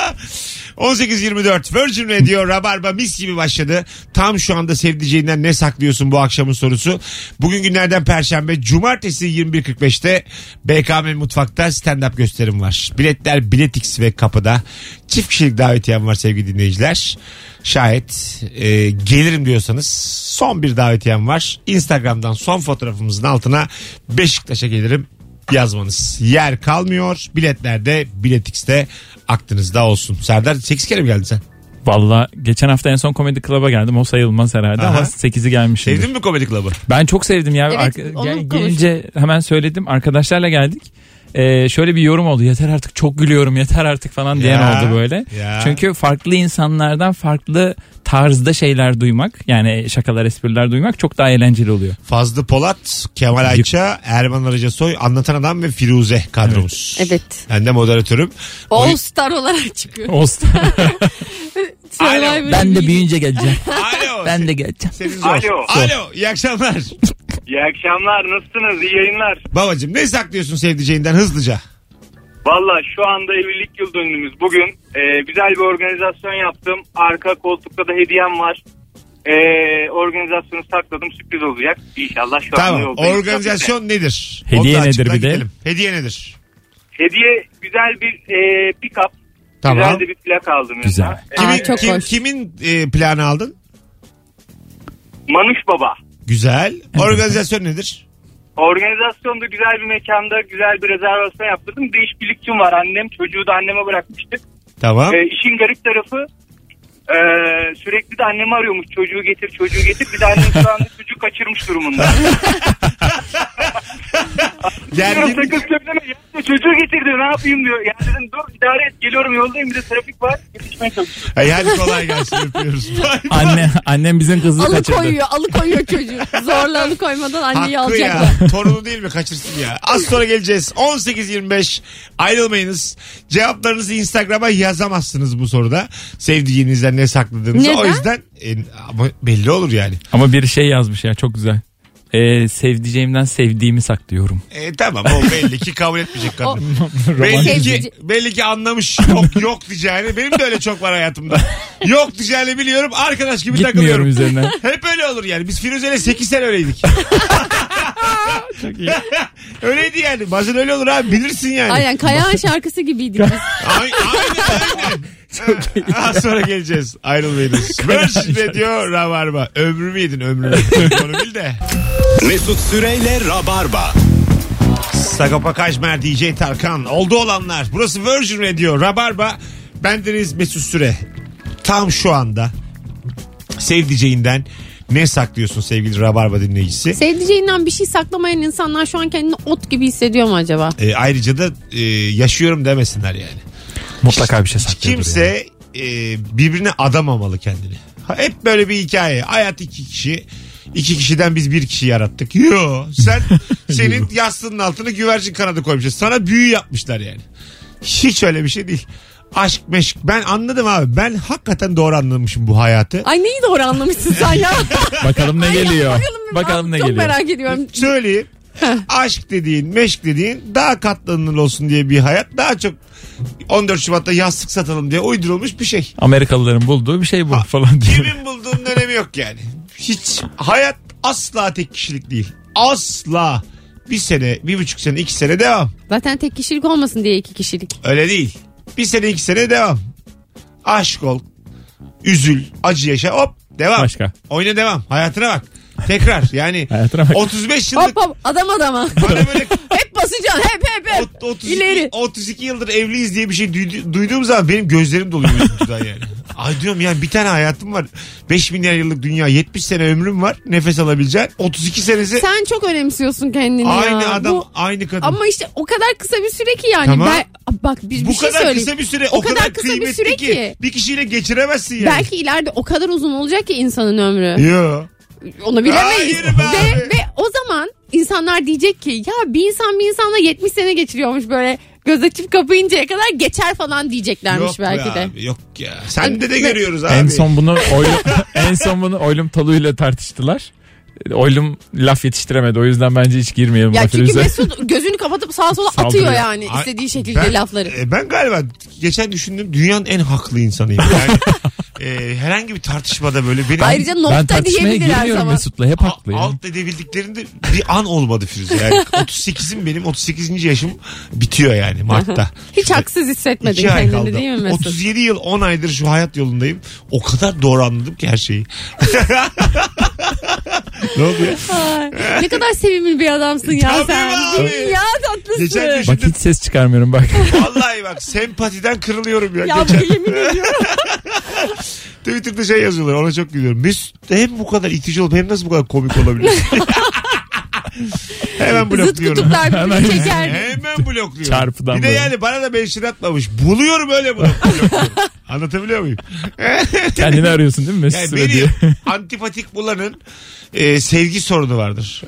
Speaker 2: 18.24 Virgin Radio Rabarba mis gibi başladı. Tam şu anda sevdiceğinden ne saklıyorsun bu akşamın sorusu. Bugün günlerden Perşembe. Cumartesi 21.45'te BKM Mutfak'ta stand-up gösterim var. Biletler Biletix ve kapıda. Çift kişilik davetiyem var sevgili dinleyiciler. Şayet gelirim diyorsanız son bir davetiyem var. Instagram'dan son fotoğrafımızın altına Beşiktaş'a gelirim yazmanız. Yer kalmıyor. Biletler de Biletix'te, aklınızda olsun. Serdar 8 kere mi geldin sen?
Speaker 4: Valla geçen hafta en son Comedy Club'a geldim. O sayılmaz herhalde
Speaker 2: Aha.
Speaker 4: ama 8'i gelmişim.
Speaker 2: Sevdin mi Comedy Club'ı?
Speaker 4: Ben çok sevdim ya.
Speaker 3: Evet, onu
Speaker 4: Gelince hemen söyledim. Arkadaşlarla geldik. Şöyle bir yorum oldu. Yeter artık, çok gülüyorum, yeter artık falan diyen
Speaker 2: Ya,
Speaker 4: oldu böyle.
Speaker 2: ya.
Speaker 4: Çünkü farklı insanlardan farklı tarzda şeyler duymak, yani şakalar, espriler duymak çok daha eğlenceli oluyor.
Speaker 2: Fazlı Polat, Kemal Ayça, Erman Arıcasoy, Anlatan Adam ve Firuze kadromuz.
Speaker 3: Evet.
Speaker 2: Ben de moderatörüm.
Speaker 3: All Star olarak çıkıyor.
Speaker 4: Olsun.
Speaker 3: Survivor'ın
Speaker 4: Ben de
Speaker 3: bir-
Speaker 4: büyüyünce geleceğim.
Speaker 2: Alo.
Speaker 4: Ben de geleceğim.
Speaker 2: Senin zor.
Speaker 10: Alo.
Speaker 2: Alo. İyi akşamlar.
Speaker 10: İyi akşamlar, nasılsınız? İyi yayınlar.
Speaker 2: Babacım ne saklıyorsun sevdiceğinden hızlıca?
Speaker 10: Valla şu anda evlilik yıl dönümümüz bugün. Güzel bir organizasyon yaptım. Arka koltukta da hediyem var. Organizasyonu sakladım, sürpriz olacak. İnşallah şu anda
Speaker 2: Tamam.
Speaker 10: yoldayız.
Speaker 2: Organizasyon nedir?
Speaker 4: Hediye
Speaker 2: Onu da
Speaker 4: nedir
Speaker 2: açıkla
Speaker 4: bir de?
Speaker 2: gidelim. Hediye nedir?
Speaker 10: Hediye güzel bir pick-up.
Speaker 2: Tamam.
Speaker 10: Güzel de bir plak aldım.
Speaker 4: Güzel.
Speaker 10: yanına.
Speaker 3: Aa, çok hoş.
Speaker 2: Kimin planı aldın?
Speaker 10: Manuş Baba.
Speaker 2: Güzel. Organizasyon nedir?
Speaker 10: Organizasyonda güzel bir mekanda güzel bir rezervasyon yaptırdım. Bir de işbirlikçim var, annem. Çocuğu da anneme bırakmıştık.
Speaker 2: Tamam.
Speaker 10: İşin garip tarafı sürekli de annemi arıyormuş. Çocuğu getir, çocuğu getir. Bir de annem şu anda çocuğu kaçırmış durumunda. Diyorum,
Speaker 2: Gergin.
Speaker 10: sakın söyleme. Ya, çocuğu getir diyor, ne yapayım diyor. Ya dedim dur idare et, geliyorum, yoldayım, bir de trafik var. Yetişmeye çalışıyorum.
Speaker 2: Hadi kolay gelsin, öpüyoruz. Bay bay.
Speaker 4: Annem bizim kızı kaçırdı.
Speaker 3: Alıkoyuyor çocuğu. Zorla alıkoymadan anneyi
Speaker 2: Hakkı ya.
Speaker 3: alacaklar.
Speaker 2: Torunu değil mi? Kaçırsın ya. Az sonra geleceğiz. 18.25 ayrılmayınız. Cevaplarınızı Instagram'a yazamazsınız bu soruda. Sevdiğinizden ne sakladığınızı.
Speaker 3: Neden?
Speaker 2: O yüzden ama belli olur yani.
Speaker 4: Ama bir şey yazmış ya, çok güzel. sevdiceğimden sevdiğimi saklıyorum.
Speaker 2: Tamam, o belli ki kabul etmeyecek kadın. belli ki anlamış yok diyeceğini. Benim de öyle çok var hayatımda. Yok diyeceğini biliyorum. Arkadaş gibi
Speaker 4: Gitmiyorum
Speaker 2: takılıyorum.
Speaker 4: üzerinden.
Speaker 2: Hep öyle olur yani. Biz Firuze'yle 8 sene öyleydik.
Speaker 4: Çok iyi.
Speaker 2: Öyleydi yani. Bazen öyle olur abi, bilirsin yani.
Speaker 3: Aynen, Kayağan şarkısı gibiydik biz.
Speaker 2: Aynen. Az sonra geleceğiz. Ayrılmayınız. Virgin Radio Rabarba. Ömrümü yedin, ömrümü. Onu bil de.
Speaker 1: Mesut Süreyle Rabarba.
Speaker 2: Sagopa Kajmer, DJ Tarkan. Oldu olanlar. Burası Virgin Radio Rabarba. Bendeniz Mesut Süre. Tam şu anda sevdiceğinden ne saklıyorsun sevgili Rabarba dinleyicisi?
Speaker 3: Sevdiceğinden bir şey saklamayan insanlar şu an kendini ot gibi hissediyor mu acaba?
Speaker 2: Ayrıca da yaşıyorum demesinler yani.
Speaker 4: Mutlaka bir şey saklıyordur.
Speaker 2: Kimse birbirine adamamalı kendini. Hep böyle bir hikaye. Hayat iki kişi. İki kişiden biz bir kişi yarattık. Yo, senin yastığının altına güvercin kanadı koymuşlar. Sana büyü yapmışlar yani. Hiç öyle bir şey değil. Aşk meşk. Ben anladım abi. Ben hakikaten doğru anlamışım bu hayatı.
Speaker 3: Ay neyi doğru anlamışsın sen ya?
Speaker 4: Bakalım ne geliyor. Bakalım ne
Speaker 3: Çok
Speaker 4: geliyor.
Speaker 3: merak ediyorum.
Speaker 2: Söyleyeyim. Aşk dediğin, meşk dediğin daha katlanılır olsun diye bir hayat. Daha çok 14 Şubat'ta yastık satalım diye uydurulmuş bir şey.
Speaker 4: Amerikalıların bulduğu bir şey bu falan diyor.
Speaker 2: Kimin bulduğunun önemi yok yani. Hiç hayat asla tek kişilik değil. Asla. Bir sene, 1,5 sene, 2 sene devam.
Speaker 3: Zaten tek kişilik olmasın diye 2 kişilik.
Speaker 2: Öyle değil. Bir sene, 2 sene devam. Aşık ol. Üzül. Acı yaşa. Hop. Devam.
Speaker 4: Başka.
Speaker 2: Oyna devam. Hayatına bak. Tekrar yani.
Speaker 4: Hayatına bak.
Speaker 2: 35 yıllık.
Speaker 3: Hop adam adama.
Speaker 2: Bana böyle
Speaker 3: Hep basacaksın hep.
Speaker 2: 32 yıldır evliyiz diye bir şey duyduğum zaman benim gözlerim doluyor. Yani. Ay diyorum yani bir tane hayatım var. 5 milyar yıllık dünya, 70 sene ömrüm var. Nefes alabileceğin. 32 senesi.
Speaker 3: Sen çok önemsiyorsun kendini
Speaker 2: aynı
Speaker 3: ya.
Speaker 2: adam, aynı kadın.
Speaker 3: Ama işte o kadar kısa bir süre ki yani.
Speaker 2: Tamam.
Speaker 3: Bak bir
Speaker 2: bu
Speaker 3: şey
Speaker 2: kadar
Speaker 3: söyleyeyim.
Speaker 2: kısa bir süre,
Speaker 3: O
Speaker 2: o kadar
Speaker 3: kısa bir
Speaker 2: kıymetli
Speaker 3: süre
Speaker 2: ki bir kişiyle geçiremezsin yani.
Speaker 3: Belki ileride o kadar uzun olacak ki insanın ömrü.
Speaker 2: Yo.
Speaker 3: Onu bilemeyiz.
Speaker 2: Hayır be abi.
Speaker 3: Ve o zaman insanlar diyecek ki ya bir insanla 70 sene geçiriyormuş böyle göz açıp kapayıncaya kadar geçer falan diyeceklermiş
Speaker 2: Yok
Speaker 3: belki de.
Speaker 2: Abi, yok ya. Sende de görüyoruz abi.
Speaker 4: En son bunu Oylum Talu'yla tartıştılar. Oylum laf yetiştiremedi. O yüzden bence hiç girmeyelim.
Speaker 3: Ya çünkü Mesut gözünü kapatıp sağa sola
Speaker 4: Saldırıyor.
Speaker 3: atıyor yani istediği şekilde lafları.
Speaker 2: Ben galiba geçen düşündüm dünyanın en haklı insanıyım. Yani herhangi bir tartışmada böyle benim
Speaker 3: Ayrıca
Speaker 4: ben
Speaker 3: nokta
Speaker 4: tartışmaya
Speaker 3: diyebilir her
Speaker 4: girmiyorum
Speaker 3: zaman.
Speaker 4: Mesut'la. Hep haklı ya.
Speaker 2: alt edebildiklerinde bir an olmadı Firuze. Yani 38'im benim, 38. yaşım bitiyor yani Mart'ta.
Speaker 3: Hiç haksız hissetmedin
Speaker 2: 2 ay
Speaker 3: kendini
Speaker 2: kaldı.
Speaker 3: değil mi Mesut?
Speaker 2: 37 yıl 10 aydır şu hayat yolundayım. O kadar doğru anladım ki her şeyi. Ne oldu ya?
Speaker 3: Ay, ne kadar sevimli bir adamsın ya
Speaker 2: Tabii
Speaker 3: sen.
Speaker 2: abi.
Speaker 3: Ya tatlısın.
Speaker 2: Geçen
Speaker 4: Bak hiç ses çıkarmıyorum bak.
Speaker 2: Vallahi bak sempatiden kırılıyorum ya.
Speaker 3: Ya bu yemin ediyorum.
Speaker 2: Twitter'da şey yazıyorlar, ona çok gülüyorum. Mesut hem bu kadar itici olup hem nasıl bu kadar komik olabilir? Hemen
Speaker 3: Zıt
Speaker 2: blokluyorum.
Speaker 3: kutuplar birbirini çeker.
Speaker 2: Hemen blokluyorum.
Speaker 4: Çarpıdan
Speaker 2: bir de
Speaker 4: böyle.
Speaker 2: yani bana da mention atmamış. Buluyorum öyle blokluyorum. Anlatabiliyor muyum?
Speaker 4: Kendini arıyorsun değil mi Mesut
Speaker 2: Yani
Speaker 4: Süre
Speaker 2: beni
Speaker 4: diye?
Speaker 2: antipatik bulanın sevgi sorunu vardır.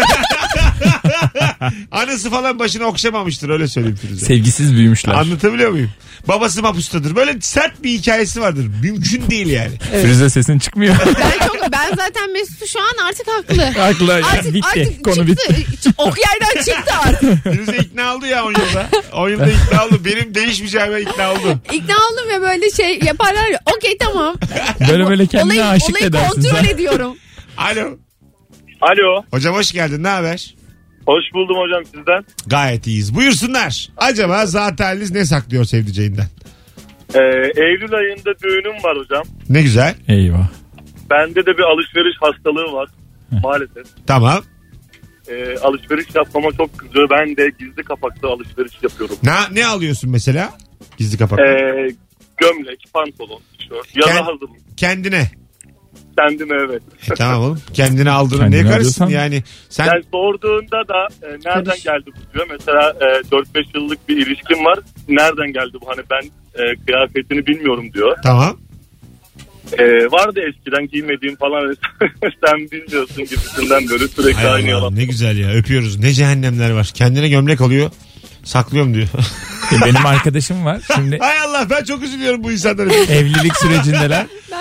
Speaker 2: Anası falan başına okşamamıştır, öyle söyleyeyim Firuze.
Speaker 4: Sevgisiz büyümüşler.
Speaker 2: Anlatabiliyor muyum? Babası mapustadır. Böyle sert bir hikayesi vardır. Mümkün değil yani.
Speaker 4: Firuze sesin çıkmıyor.
Speaker 3: Ben zaten Mesut'u şu an artık haklı.
Speaker 4: Haklı.
Speaker 3: Artık
Speaker 4: Bitti. Konu
Speaker 3: çıktı.
Speaker 4: bitti.
Speaker 3: Ok yerden çıktı artık.
Speaker 2: Firuze ikna oldu ya 10 yılda. 10 yılda ikna oldu. Benim değişmeyeceğime ikna oldu.
Speaker 3: İkna oldum ya böyle şey yaparlar ya. Okey tamam.
Speaker 4: Böyle kendine aşık
Speaker 3: olayı
Speaker 4: edersin
Speaker 3: kontrol
Speaker 4: sen.
Speaker 3: ediyorum.
Speaker 2: Alo.
Speaker 10: Alo.
Speaker 2: Hocam hoş geldin. Ne haber?
Speaker 10: Hoş buldum hocam sizden.
Speaker 2: Gayet iyiyiz. Buyursunlar. Acaba zaten haliniz ne saklıyor sevdiceğinden?
Speaker 10: Eylül ayında düğünüm var hocam.
Speaker 2: Ne güzel.
Speaker 4: Eyvah.
Speaker 10: Bende de bir alışveriş hastalığı var maalesef.
Speaker 2: Tamam.
Speaker 10: Alışveriş yapmama çok kızıyor. Ben de gizli kapaklı alışveriş yapıyorum.
Speaker 2: Ne alıyorsun mesela? Gizli kapak.
Speaker 10: Gömlek, pantolon, tişört, yaza hazırım.
Speaker 2: Kendine.
Speaker 10: Kendime evet.
Speaker 2: Tamam oğlum. Kendine aldığını
Speaker 4: Kendine
Speaker 2: niye karışsın
Speaker 4: alıyorsan-
Speaker 2: yani? Sen
Speaker 10: Yani sorduğunda da nereden geldi bu diyor. Mesela 4-5 yıllık bir ilişkim var. Nereden geldi bu? Hani ben kıyafetini bilmiyorum diyor.
Speaker 2: tamam.
Speaker 10: Vardı eskiden giymediğim falan. Sen bilmiyorsun gibisinden böyle sürekli
Speaker 2: Hay
Speaker 10: aynı
Speaker 2: Allah,
Speaker 10: yalan.
Speaker 2: ne güzel ya. Öpüyoruz. Ne cehennemler var. Kendine gömlek alıyor. Saklıyorum diyor.
Speaker 4: Benim arkadaşım var. Şimdi
Speaker 2: Hay Allah, ben çok üzülüyorum bu insanlara.
Speaker 4: evlilik sürecindeler.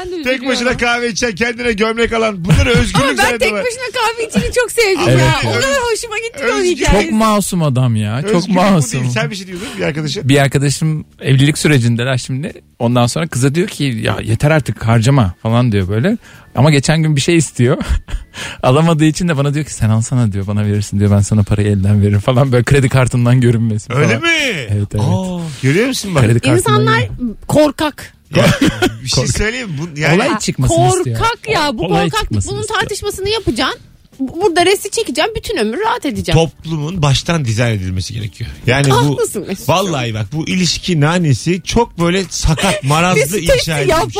Speaker 3: Ben de
Speaker 2: Tek
Speaker 3: üzülüyorum.
Speaker 2: başına kahve içen, kendine gömlek alan. Bunları özgürlük
Speaker 3: Ama ben tek
Speaker 2: zannediyorlar.
Speaker 3: başına kahve içini çok sevdim
Speaker 2: Evet,
Speaker 3: ya.
Speaker 2: evet.
Speaker 3: O kadar hoşuma gitti ki onun
Speaker 2: Özgür-
Speaker 3: hikayesi.
Speaker 4: Çok masum adam ya. Çok
Speaker 2: Özgürlük bu
Speaker 4: masum.
Speaker 2: değil. Sen bir şey diyordun bir arkadaşın.
Speaker 4: Bir arkadaşım evlilik sürecindeler şimdi. Ondan sonra kıza diyor ki ya yeter artık harcama falan diyor böyle. Ama geçen gün bir şey istiyor. Alamadığı için de bana diyor ki sen alsana diyor, bana verirsin diyor, ben sana parayı elden veririm falan, böyle kredi kartından görünmesin
Speaker 2: Öyle
Speaker 4: falan.
Speaker 2: mi?
Speaker 4: Evet, evet.
Speaker 2: Aa, görüyor musun bak?
Speaker 4: Kredi kartından
Speaker 3: İnsanlar
Speaker 4: görünüyor.
Speaker 3: korkak.
Speaker 2: Ya, bir şey söyleyeyim mi? Yani,
Speaker 4: Olay çıkmasını istiyor.
Speaker 3: Korkak ya. Bu
Speaker 4: Olay
Speaker 3: korkaklık.
Speaker 4: çıkmasını
Speaker 3: Bunun
Speaker 4: istiyor.
Speaker 3: tartışmasını yapacaksın. Burada resti çekeceğim. Bütün ömür rahat edeceğim.
Speaker 2: toplumun baştan dizayn edilmesi gerekiyor. Yani bu
Speaker 3: Haklısın Mesut.
Speaker 2: vallahi bak bu ilişki nanesi çok böyle sakat marazlı
Speaker 3: Mesut
Speaker 2: inşa
Speaker 3: hepsi
Speaker 2: edilmiş.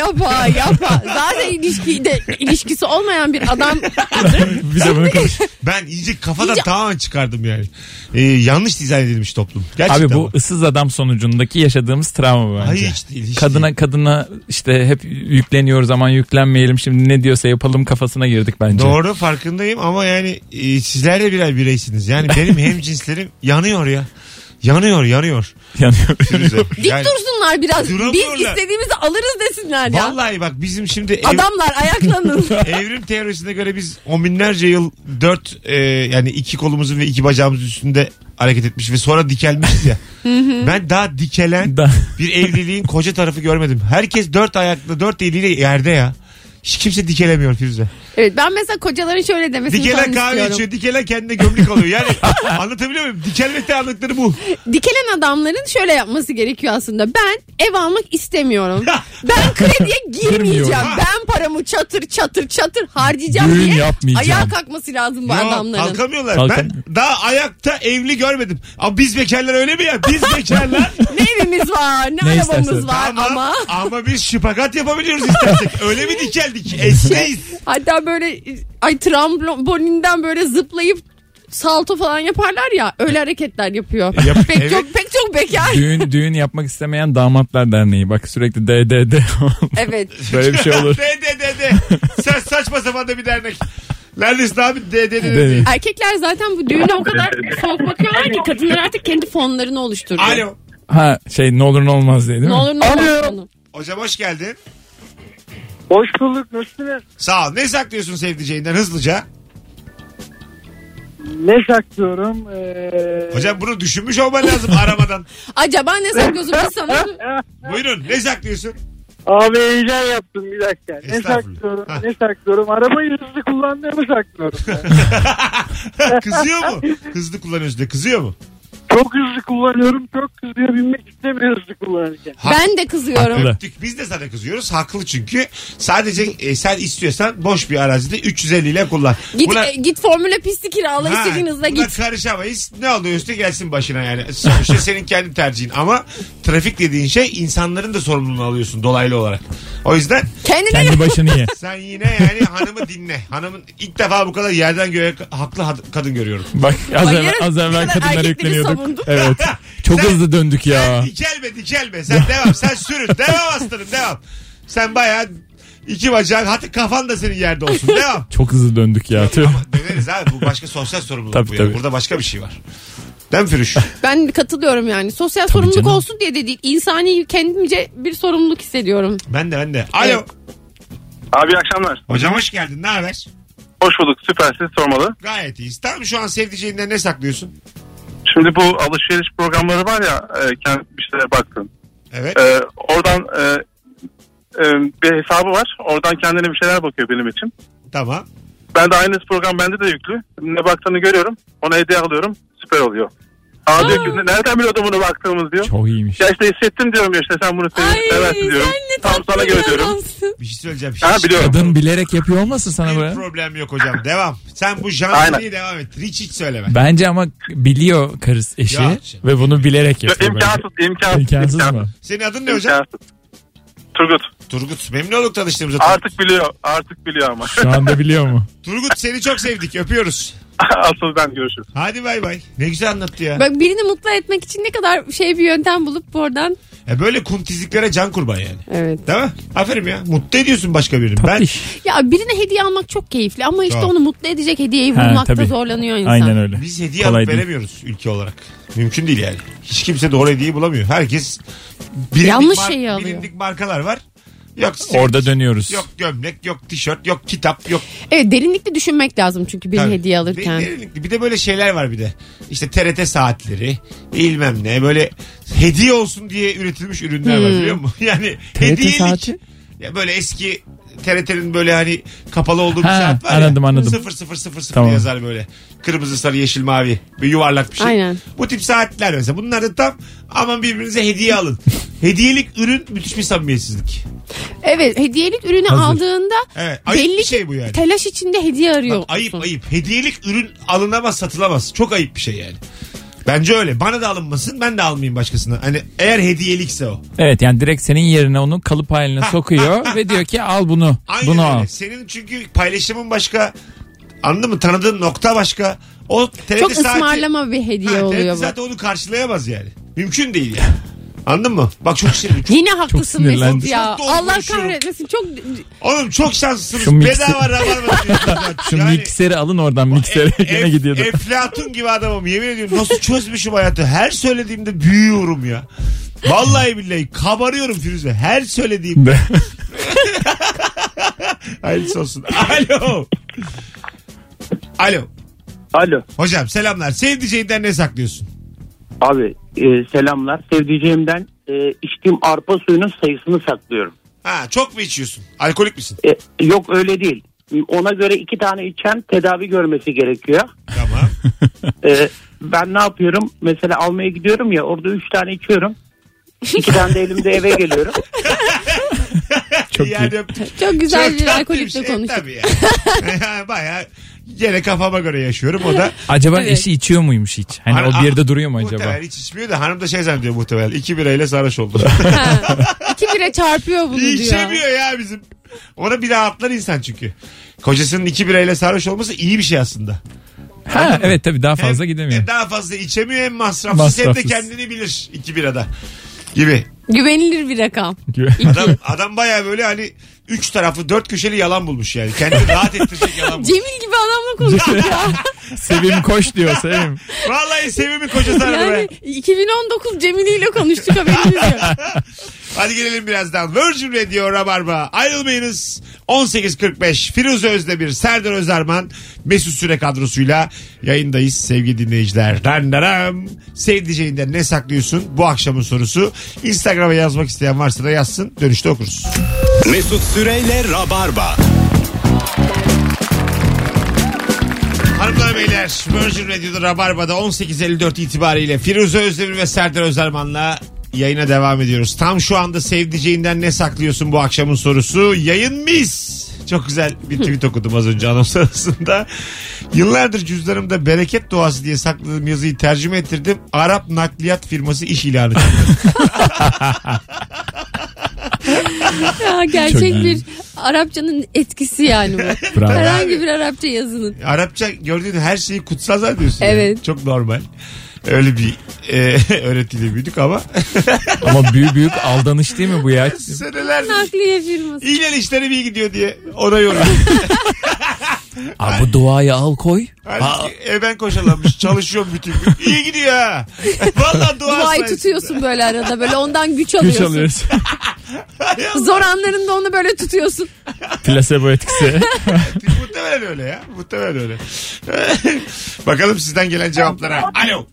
Speaker 3: yapa. Zaten ilişkisi olmayan bir adam.
Speaker 4: Bir de bunu konuş.
Speaker 2: Ben iyice kafadan
Speaker 3: İyice-
Speaker 2: tamamen çıkardım yani. Yanlış dizayn edilmiş toplum. Gerçekten
Speaker 4: Abi bu
Speaker 2: bak.
Speaker 4: ıssız adam sonucundaki yaşadığımız travma bence.
Speaker 2: Hayır hiç değil. Hiç değil.
Speaker 4: Kadına işte hep yükleniyoruz, aman yüklenmeyelim, şimdi ne diyorsa yapalım kafasına girdik bence.
Speaker 2: Doğru, farkındayım ama yani sizler de birer bireysiniz. Yani benim hemcinslerim yanıyor ya. Yanıyor.
Speaker 4: Yanıyor.
Speaker 2: Firuze.
Speaker 3: Dik
Speaker 2: Yani
Speaker 3: dursunlar biraz. Biz
Speaker 2: duramıyorlar.
Speaker 3: istediğimizi alırız desinler ya.
Speaker 2: vallahi bak bizim şimdi
Speaker 3: Adamlar ayaklanın.
Speaker 2: evrim teorisine göre biz on binlerce yıl yani iki kolumuzun ve iki bacağımızın üstünde hareket etmiş ve sonra dikelmişiz ya. Ben daha dikelen bir evliliğin koca tarafı görmedim. Herkes dört ayaklı, dört eliyle yerde ya. Hiç kimse dikelemiyor Firuze.
Speaker 3: Evet, ben mesela kocaların şöyle demesini
Speaker 2: Dikelen
Speaker 3: falan
Speaker 2: kahve
Speaker 3: istiyorum.
Speaker 2: içiyor, dikelen kendine gömlek alıyor. Yani anlatabiliyor muyum? Dikelmekte anlıkları bu.
Speaker 3: Dikelen adamların şöyle yapması gerekiyor aslında. Ben ev almak istemiyorum. Ben krediye girmeyeceğim.
Speaker 4: Girmiyorum.
Speaker 3: Ben paramı çatır harcayacağım
Speaker 4: Düğün
Speaker 3: diye
Speaker 4: yapmayacağım.
Speaker 3: ayağa kalkması lazım bu
Speaker 2: Yok,
Speaker 3: adamların.
Speaker 2: kalkamıyorlar.
Speaker 4: Kalkamıyor.
Speaker 2: Ben daha ayakta evli görmedim. Ama biz bekarlar öyle mi ya? Biz bekarlar.
Speaker 3: Ne evimiz var, ne
Speaker 4: Ne
Speaker 3: arabamız
Speaker 4: istersen.
Speaker 3: var ama.
Speaker 2: Biz şıpakat yapabiliyoruz istersek. Öyle mi dikeldik? Esneyiz.
Speaker 3: Hatta böyle trambolinden böyle zıplayıp salto falan yaparlar ya, öyle hareketler yapıyor. Pek
Speaker 2: evet.
Speaker 3: çok bekar.
Speaker 4: Düğün yapmak istemeyen damatlar derneği, bak sürekli DDD.
Speaker 3: Evet.
Speaker 4: Böyle bir şey olur.
Speaker 2: De. Sen saçma sapan da bir dernek. Neredesin abi? De.
Speaker 3: Erkekler zaten bu düğüne o kadar soğuk bakıyorlar ki kadınlar artık kendi fonlarını oluşturuyor.
Speaker 2: Alo.
Speaker 4: Ha ne olur ne olmaz diye değil
Speaker 3: Ne
Speaker 4: mi?
Speaker 3: olur ne olmaz fonu.
Speaker 2: Hocam hoş geldin.
Speaker 5: Hoş bulduk. Nasılsınız?
Speaker 2: Sağ ol. Ne saklıyorsun sevdiceğinden hızlıca?
Speaker 5: Ne saklıyorum?
Speaker 2: Hocam bunu düşünmüş olman lazım aramadan.
Speaker 3: Acaba ne saklıyorsun biz sana?
Speaker 2: Buyurun ne saklıyorsun?
Speaker 5: Abi heyecan yaptım bir dakika. Ne
Speaker 2: Estağfurullah.
Speaker 5: saklıyorum? Arabayı hızlı kullandığımı saklıyorum.
Speaker 2: Kızıyor mu? Hızlı kullanıyorsun de kızıyor mu?
Speaker 5: Çok hızlı kullanıyorum. Çok kızıyor. Binmek istemiyor hızlı kullanırken.
Speaker 3: Ben de kızıyorum.
Speaker 4: Haklı.
Speaker 2: Öptük. Biz de sana kızıyoruz. Haklı çünkü. Sadece sen istiyorsan boş bir arazide 350 ile kullan.
Speaker 3: Git formüle pisti kirala, istediğin hızla
Speaker 2: buna
Speaker 3: git.
Speaker 2: karışamayız. Ne oluyorsa gelsin başına yani. Sonuçta senin kendi tercihin. Ama trafik dediğin şey insanların da sorumluluğunu alıyorsun dolaylı olarak. O yüzden
Speaker 4: Kendi başını ye.
Speaker 2: sen yine yani hanımı dinle. Hanımın ilk defa bu kadar yerden göğe haklı kadın görüyorum.
Speaker 4: Bak az evvel
Speaker 3: Bu kadar
Speaker 4: kadınlara
Speaker 3: erkekleri
Speaker 4: yükleniyorduk.
Speaker 3: savundum.
Speaker 4: Evet. Çok
Speaker 2: Sen-
Speaker 4: hızlı döndük ya.
Speaker 2: Sen dikelme. Sen devam. Sen sürün. Devam aslanım devam. Sen bayağı iki bacağın hatta kafan da senin yerde olsun. Devam.
Speaker 4: Çok hızlı döndük ya. Tüh.
Speaker 2: Ama deneriz abi bu başka sosyal sorumluluk
Speaker 4: Tabii,
Speaker 2: bu yani.
Speaker 4: tabii.
Speaker 2: Burada başka bir şey var. Değil mi Firuş?
Speaker 3: Ben katılıyorum yani. Sosyal
Speaker 4: Tabii
Speaker 3: sorumluluk
Speaker 4: canım.
Speaker 3: olsun diye de değil. İnsani kendimce bir sorumluluk hissediyorum.
Speaker 2: Ben de. Alo.
Speaker 3: Evet.
Speaker 6: Abi iyi akşamlar.
Speaker 2: Hocam hoş geldin. Ne haber?
Speaker 6: Hoş bulduk. Süpersiniz sormalı.
Speaker 2: Gayet iyiyiz. Tamam şu an sevdiceğinden ne saklıyorsun?
Speaker 6: Şimdi bu alışveriş programları var ya kendi bir şeye baktım.
Speaker 2: Evet.
Speaker 6: Oradan bir hesabı var. Oradan kendine bir şeyler bakıyor benim için.
Speaker 2: Tamam.
Speaker 6: Ben de aynı program bende de yüklü. Ne baktığını görüyorum. Ona hediye alıyorum. Süper oluyor. Aa diyor ki nereden biliyordun bunu baktığımız diyor.
Speaker 4: Çok iyiymiş.
Speaker 6: Ya işte hissettim diyorum ya işte sen bunu seversin diyorum. Tam sana göre diyorum.
Speaker 2: Bir şey söyleyeceğim.
Speaker 6: Ha biliyorum.
Speaker 4: Kadın bilerek yapıyor olmasın sana
Speaker 2: Bir
Speaker 4: böyle?
Speaker 2: problem yok hocam. Devam. Sen bu
Speaker 6: Aynen.
Speaker 2: janrıyı devam et. Hiç söyleme.
Speaker 4: Bence ama biliyor karısı eşi
Speaker 2: Ya.
Speaker 4: ve bunu bilerek yapıyor.
Speaker 6: İmkansız.
Speaker 4: İmkansız mı?
Speaker 2: Senin adın ne hocam?
Speaker 6: İmkansız. Turgut.
Speaker 2: Turgut. Memnun olduk tanıştığımıza.
Speaker 6: Artık biliyor ama.
Speaker 4: Şu anda biliyor mu?
Speaker 2: Turgut seni çok sevdik. Öpüyoruz.
Speaker 6: Asıl ben görüşürüz.
Speaker 2: Hadi bay bay. Ne güzel anlattı ya.
Speaker 3: Bak, birini mutlu etmek için ne kadar bir yöntem bulup oradan.
Speaker 2: Böyle kuntizliklere can kurban yani.
Speaker 3: Evet.
Speaker 2: Değil mi? Aferin ya. Mutlu ediyorsun başka birini. Ben
Speaker 4: Tatlış.
Speaker 3: Ya birine hediye almak çok keyifli ama işte
Speaker 2: Çok.
Speaker 3: onu mutlu edecek hediyeyi
Speaker 4: Ha,
Speaker 3: bulmakta
Speaker 4: tabii.
Speaker 3: zorlanıyor insan.
Speaker 4: Aynen öyle.
Speaker 2: biz hediye
Speaker 4: Kolay
Speaker 2: alıp
Speaker 4: değil.
Speaker 2: veremiyoruz ülke olarak. Mümkün değil yani. Hiç kimse doğru hediyeyi bulamıyor. Herkes
Speaker 3: Yanlış şeyi alıyor.
Speaker 2: bilindik markalar var. Yok simit,
Speaker 4: Orada dönüyoruz.
Speaker 2: yok gömlek, yok tişört, yok kitap, yok.
Speaker 3: Evet, derinlikli düşünmek lazım çünkü bir
Speaker 2: Tabii.
Speaker 3: hediye alırken.
Speaker 2: Bir de böyle şeyler var bir de. İşte TRT saatleri, bilmem ne, böyle hediye olsun diye üretilmiş ürünler var biliyor musun? Yani hediyelik.
Speaker 4: saati?
Speaker 2: Ya böyle eski TRT'nin böyle hani kapalı olduğu bir saat var
Speaker 4: anladım,
Speaker 2: ya.
Speaker 4: anladım.
Speaker 2: 0000
Speaker 4: Tamam.
Speaker 2: yazar böyle. Kırmızı, sarı, yeşil, mavi. Bir yuvarlak bir şey.
Speaker 3: Aynen.
Speaker 2: Bu tip saatler mesela. Bunlar da tam aman birbirinize hediye alın. Hediyelik ürün müthiş bir samimiyetsizlik.
Speaker 3: Evet, hediyelik ürünü aldığında
Speaker 2: Evet. Ayıp
Speaker 3: belli
Speaker 2: bir şey bu yani.
Speaker 3: telaş içinde hediye arıyor.
Speaker 2: Bak, ayıp. Hediyelik ürün alınamaz, satılamaz. Çok ayıp bir şey yani. Bence öyle. Bana da alınmasın, ben de almayayım başkasına. Hani eğer hediyelikse o.
Speaker 4: Evet, yani direkt senin yerine onu kalıp haline sokuyor ve diyor ki al bunu.
Speaker 2: Aynen
Speaker 4: Bunu
Speaker 2: öyle.
Speaker 4: al.
Speaker 2: Senin çünkü paylaşımın başka. Anladın mı? Tanıdığın nokta başka. O TRT
Speaker 3: Çok
Speaker 2: saati,
Speaker 3: ısmarlama bir hediye oluyor
Speaker 2: TRT
Speaker 3: bu.
Speaker 2: zaten onu karşılayamaz yani. Mümkün değil yani. Anladın mı? Bak çok sinirli.
Speaker 3: Yine haklısın
Speaker 4: sinirlendim.
Speaker 3: Mesut ya.
Speaker 2: Çok doğru
Speaker 3: Allah
Speaker 2: konuşuyorum.
Speaker 3: kahretmesin. Çok
Speaker 2: Oğlum çok şanslısınız.
Speaker 4: Şu mikser-
Speaker 2: Bedava rabarba diyorsunuz.
Speaker 4: Şu mikseri alın oradan, miksere gene gidiyordu.
Speaker 2: Eflatun gibi adamım. Yemin ediyorum nasıl çözmüşüm hayatı. Her söylediğimde büyüyorum ya. Vallahi billahi kabarıyorum Firuze. Her söylediğimde. Hayırlısı olsun. Alo. Alo.
Speaker 5: Alo.
Speaker 2: Hocam selamlar. Sevdiceğinden ne saklıyorsun?
Speaker 5: Abi selamlar. Sevdiceğimden içtiğim arpa suyunun sayısını saklıyorum.
Speaker 2: Ha, çok mu içiyorsun? Alkolik misin?
Speaker 5: Yok öyle değil. Ona göre 2 tane içen tedavi görmesi gerekiyor.
Speaker 2: Tamam.
Speaker 5: Ben ne yapıyorum? Mesela almaya gidiyorum ya, orada 3 tane içiyorum. 2 tane de elimde eve geliyorum.
Speaker 4: Çok
Speaker 2: yani,
Speaker 3: çok güzel
Speaker 2: çok
Speaker 3: bir
Speaker 2: tatlı
Speaker 3: alkolikle konuştuk.
Speaker 2: Tabii yani. Bayağı gene kafama göre yaşıyorum. O da
Speaker 4: Acaba
Speaker 3: Evet.
Speaker 4: eşi içiyor muymuş hiç? Hani o bir yerde duruyor mu acaba?
Speaker 2: muhtemelen hiç içmiyor da hanım da şey zannediyor muhtemelen. 2 birayla sarhoş oldu.
Speaker 3: Ha, 2 bire çarpıyor bunu diyor.
Speaker 2: İçemiyor ya bizim. Ona bir daha atlar insan çünkü. Kocasının 2 birayla sarhoş olması iyi bir şey aslında.
Speaker 4: Ha evet, tabii daha fazla
Speaker 2: Hem
Speaker 4: gidemiyor.
Speaker 2: daha fazla içemiyor hem masrafsız, hem de
Speaker 4: Masrafsız.
Speaker 2: kendini bilir 2 birada gibi.
Speaker 3: Güvenilir bir rakam.
Speaker 2: Adam bayağı böyle hani 3 taraflı 4 köşeli yalan bulmuş yani. Kendini rahat ettirecek yalan bulmuş.
Speaker 3: Cemil gibi adamla konuştuk ya.
Speaker 4: Sevim koş diyor, Sevim.
Speaker 2: Vallahi Sevim'in kocası aradı
Speaker 3: Yani
Speaker 2: be.
Speaker 3: 2019 Cemil ile konuştuk, haberiniz yok.
Speaker 2: Hadi gelelim birazdan. Virgin Radio Rabarba. Ayrılmayınız. 18.45 Firuze Özdemir, Serdar Özerman, Mesut Süre kadrosuyla yayındayız sevgili dinleyiciler. Dandaram. Sevdiceğinden ne saklıyorsun? Bu akşamın sorusu. Instagram'a yazmak isteyen varsa da yazsın. Dönüşte okuruz.
Speaker 1: Mesut Süreyle Rabarba.
Speaker 2: Hanımlar beyler, Virgin Radio'da Rabarba'da 18.54 itibariyle Firuze Özdemir ve Serdar Özerman'la yayına devam ediyoruz. Tam şu anda sevdiceğinden ne saklıyorsun bu akşamın sorusu. Yayın mis. Çok güzel bir tweet okudum az önce anons arasında. Yıllardır cüzdanımda bereket duası diye sakladığım yazıyı tercüme ettirdim. Arap nakliyat firması iş ilanı çıktı.
Speaker 3: Ya,
Speaker 4: Çok
Speaker 3: gerçek
Speaker 4: iyi.
Speaker 3: bir Arapçanın etkisi yani bu.
Speaker 4: Bravo.
Speaker 3: Herhangi bir Arapça yazının.
Speaker 2: Arapça gördüğün her şeyi kutsal zannediyorsun.
Speaker 3: Evet.
Speaker 2: Yani. Çok normal. Öyle bir öğretiyle büyüdük ama
Speaker 4: Ama büyük aldanış değil mi bu ya?
Speaker 2: senelerdir
Speaker 3: Nakliye firması.
Speaker 2: İlan işlerim iyi gidiyor diye ona yorum.
Speaker 4: Abi bu duayı al koy.
Speaker 2: Halbuki ben koşalanmış çalışıyorum bütün gün. İyi gidiyor ha. Vallahi dua
Speaker 3: Duayı
Speaker 2: sayesinde.
Speaker 3: tutuyorsun böyle arada, böyle ondan güç
Speaker 4: Güç
Speaker 3: alıyorsun.
Speaker 4: alıyoruz.
Speaker 2: Hay Allah.
Speaker 3: Zor anlarında onu böyle tutuyorsun.
Speaker 4: Plasebo etkisi.
Speaker 2: Muhtemelen öyle ya. Muhtemelen öyle. Bakalım sizden gelen cevaplara. Alo.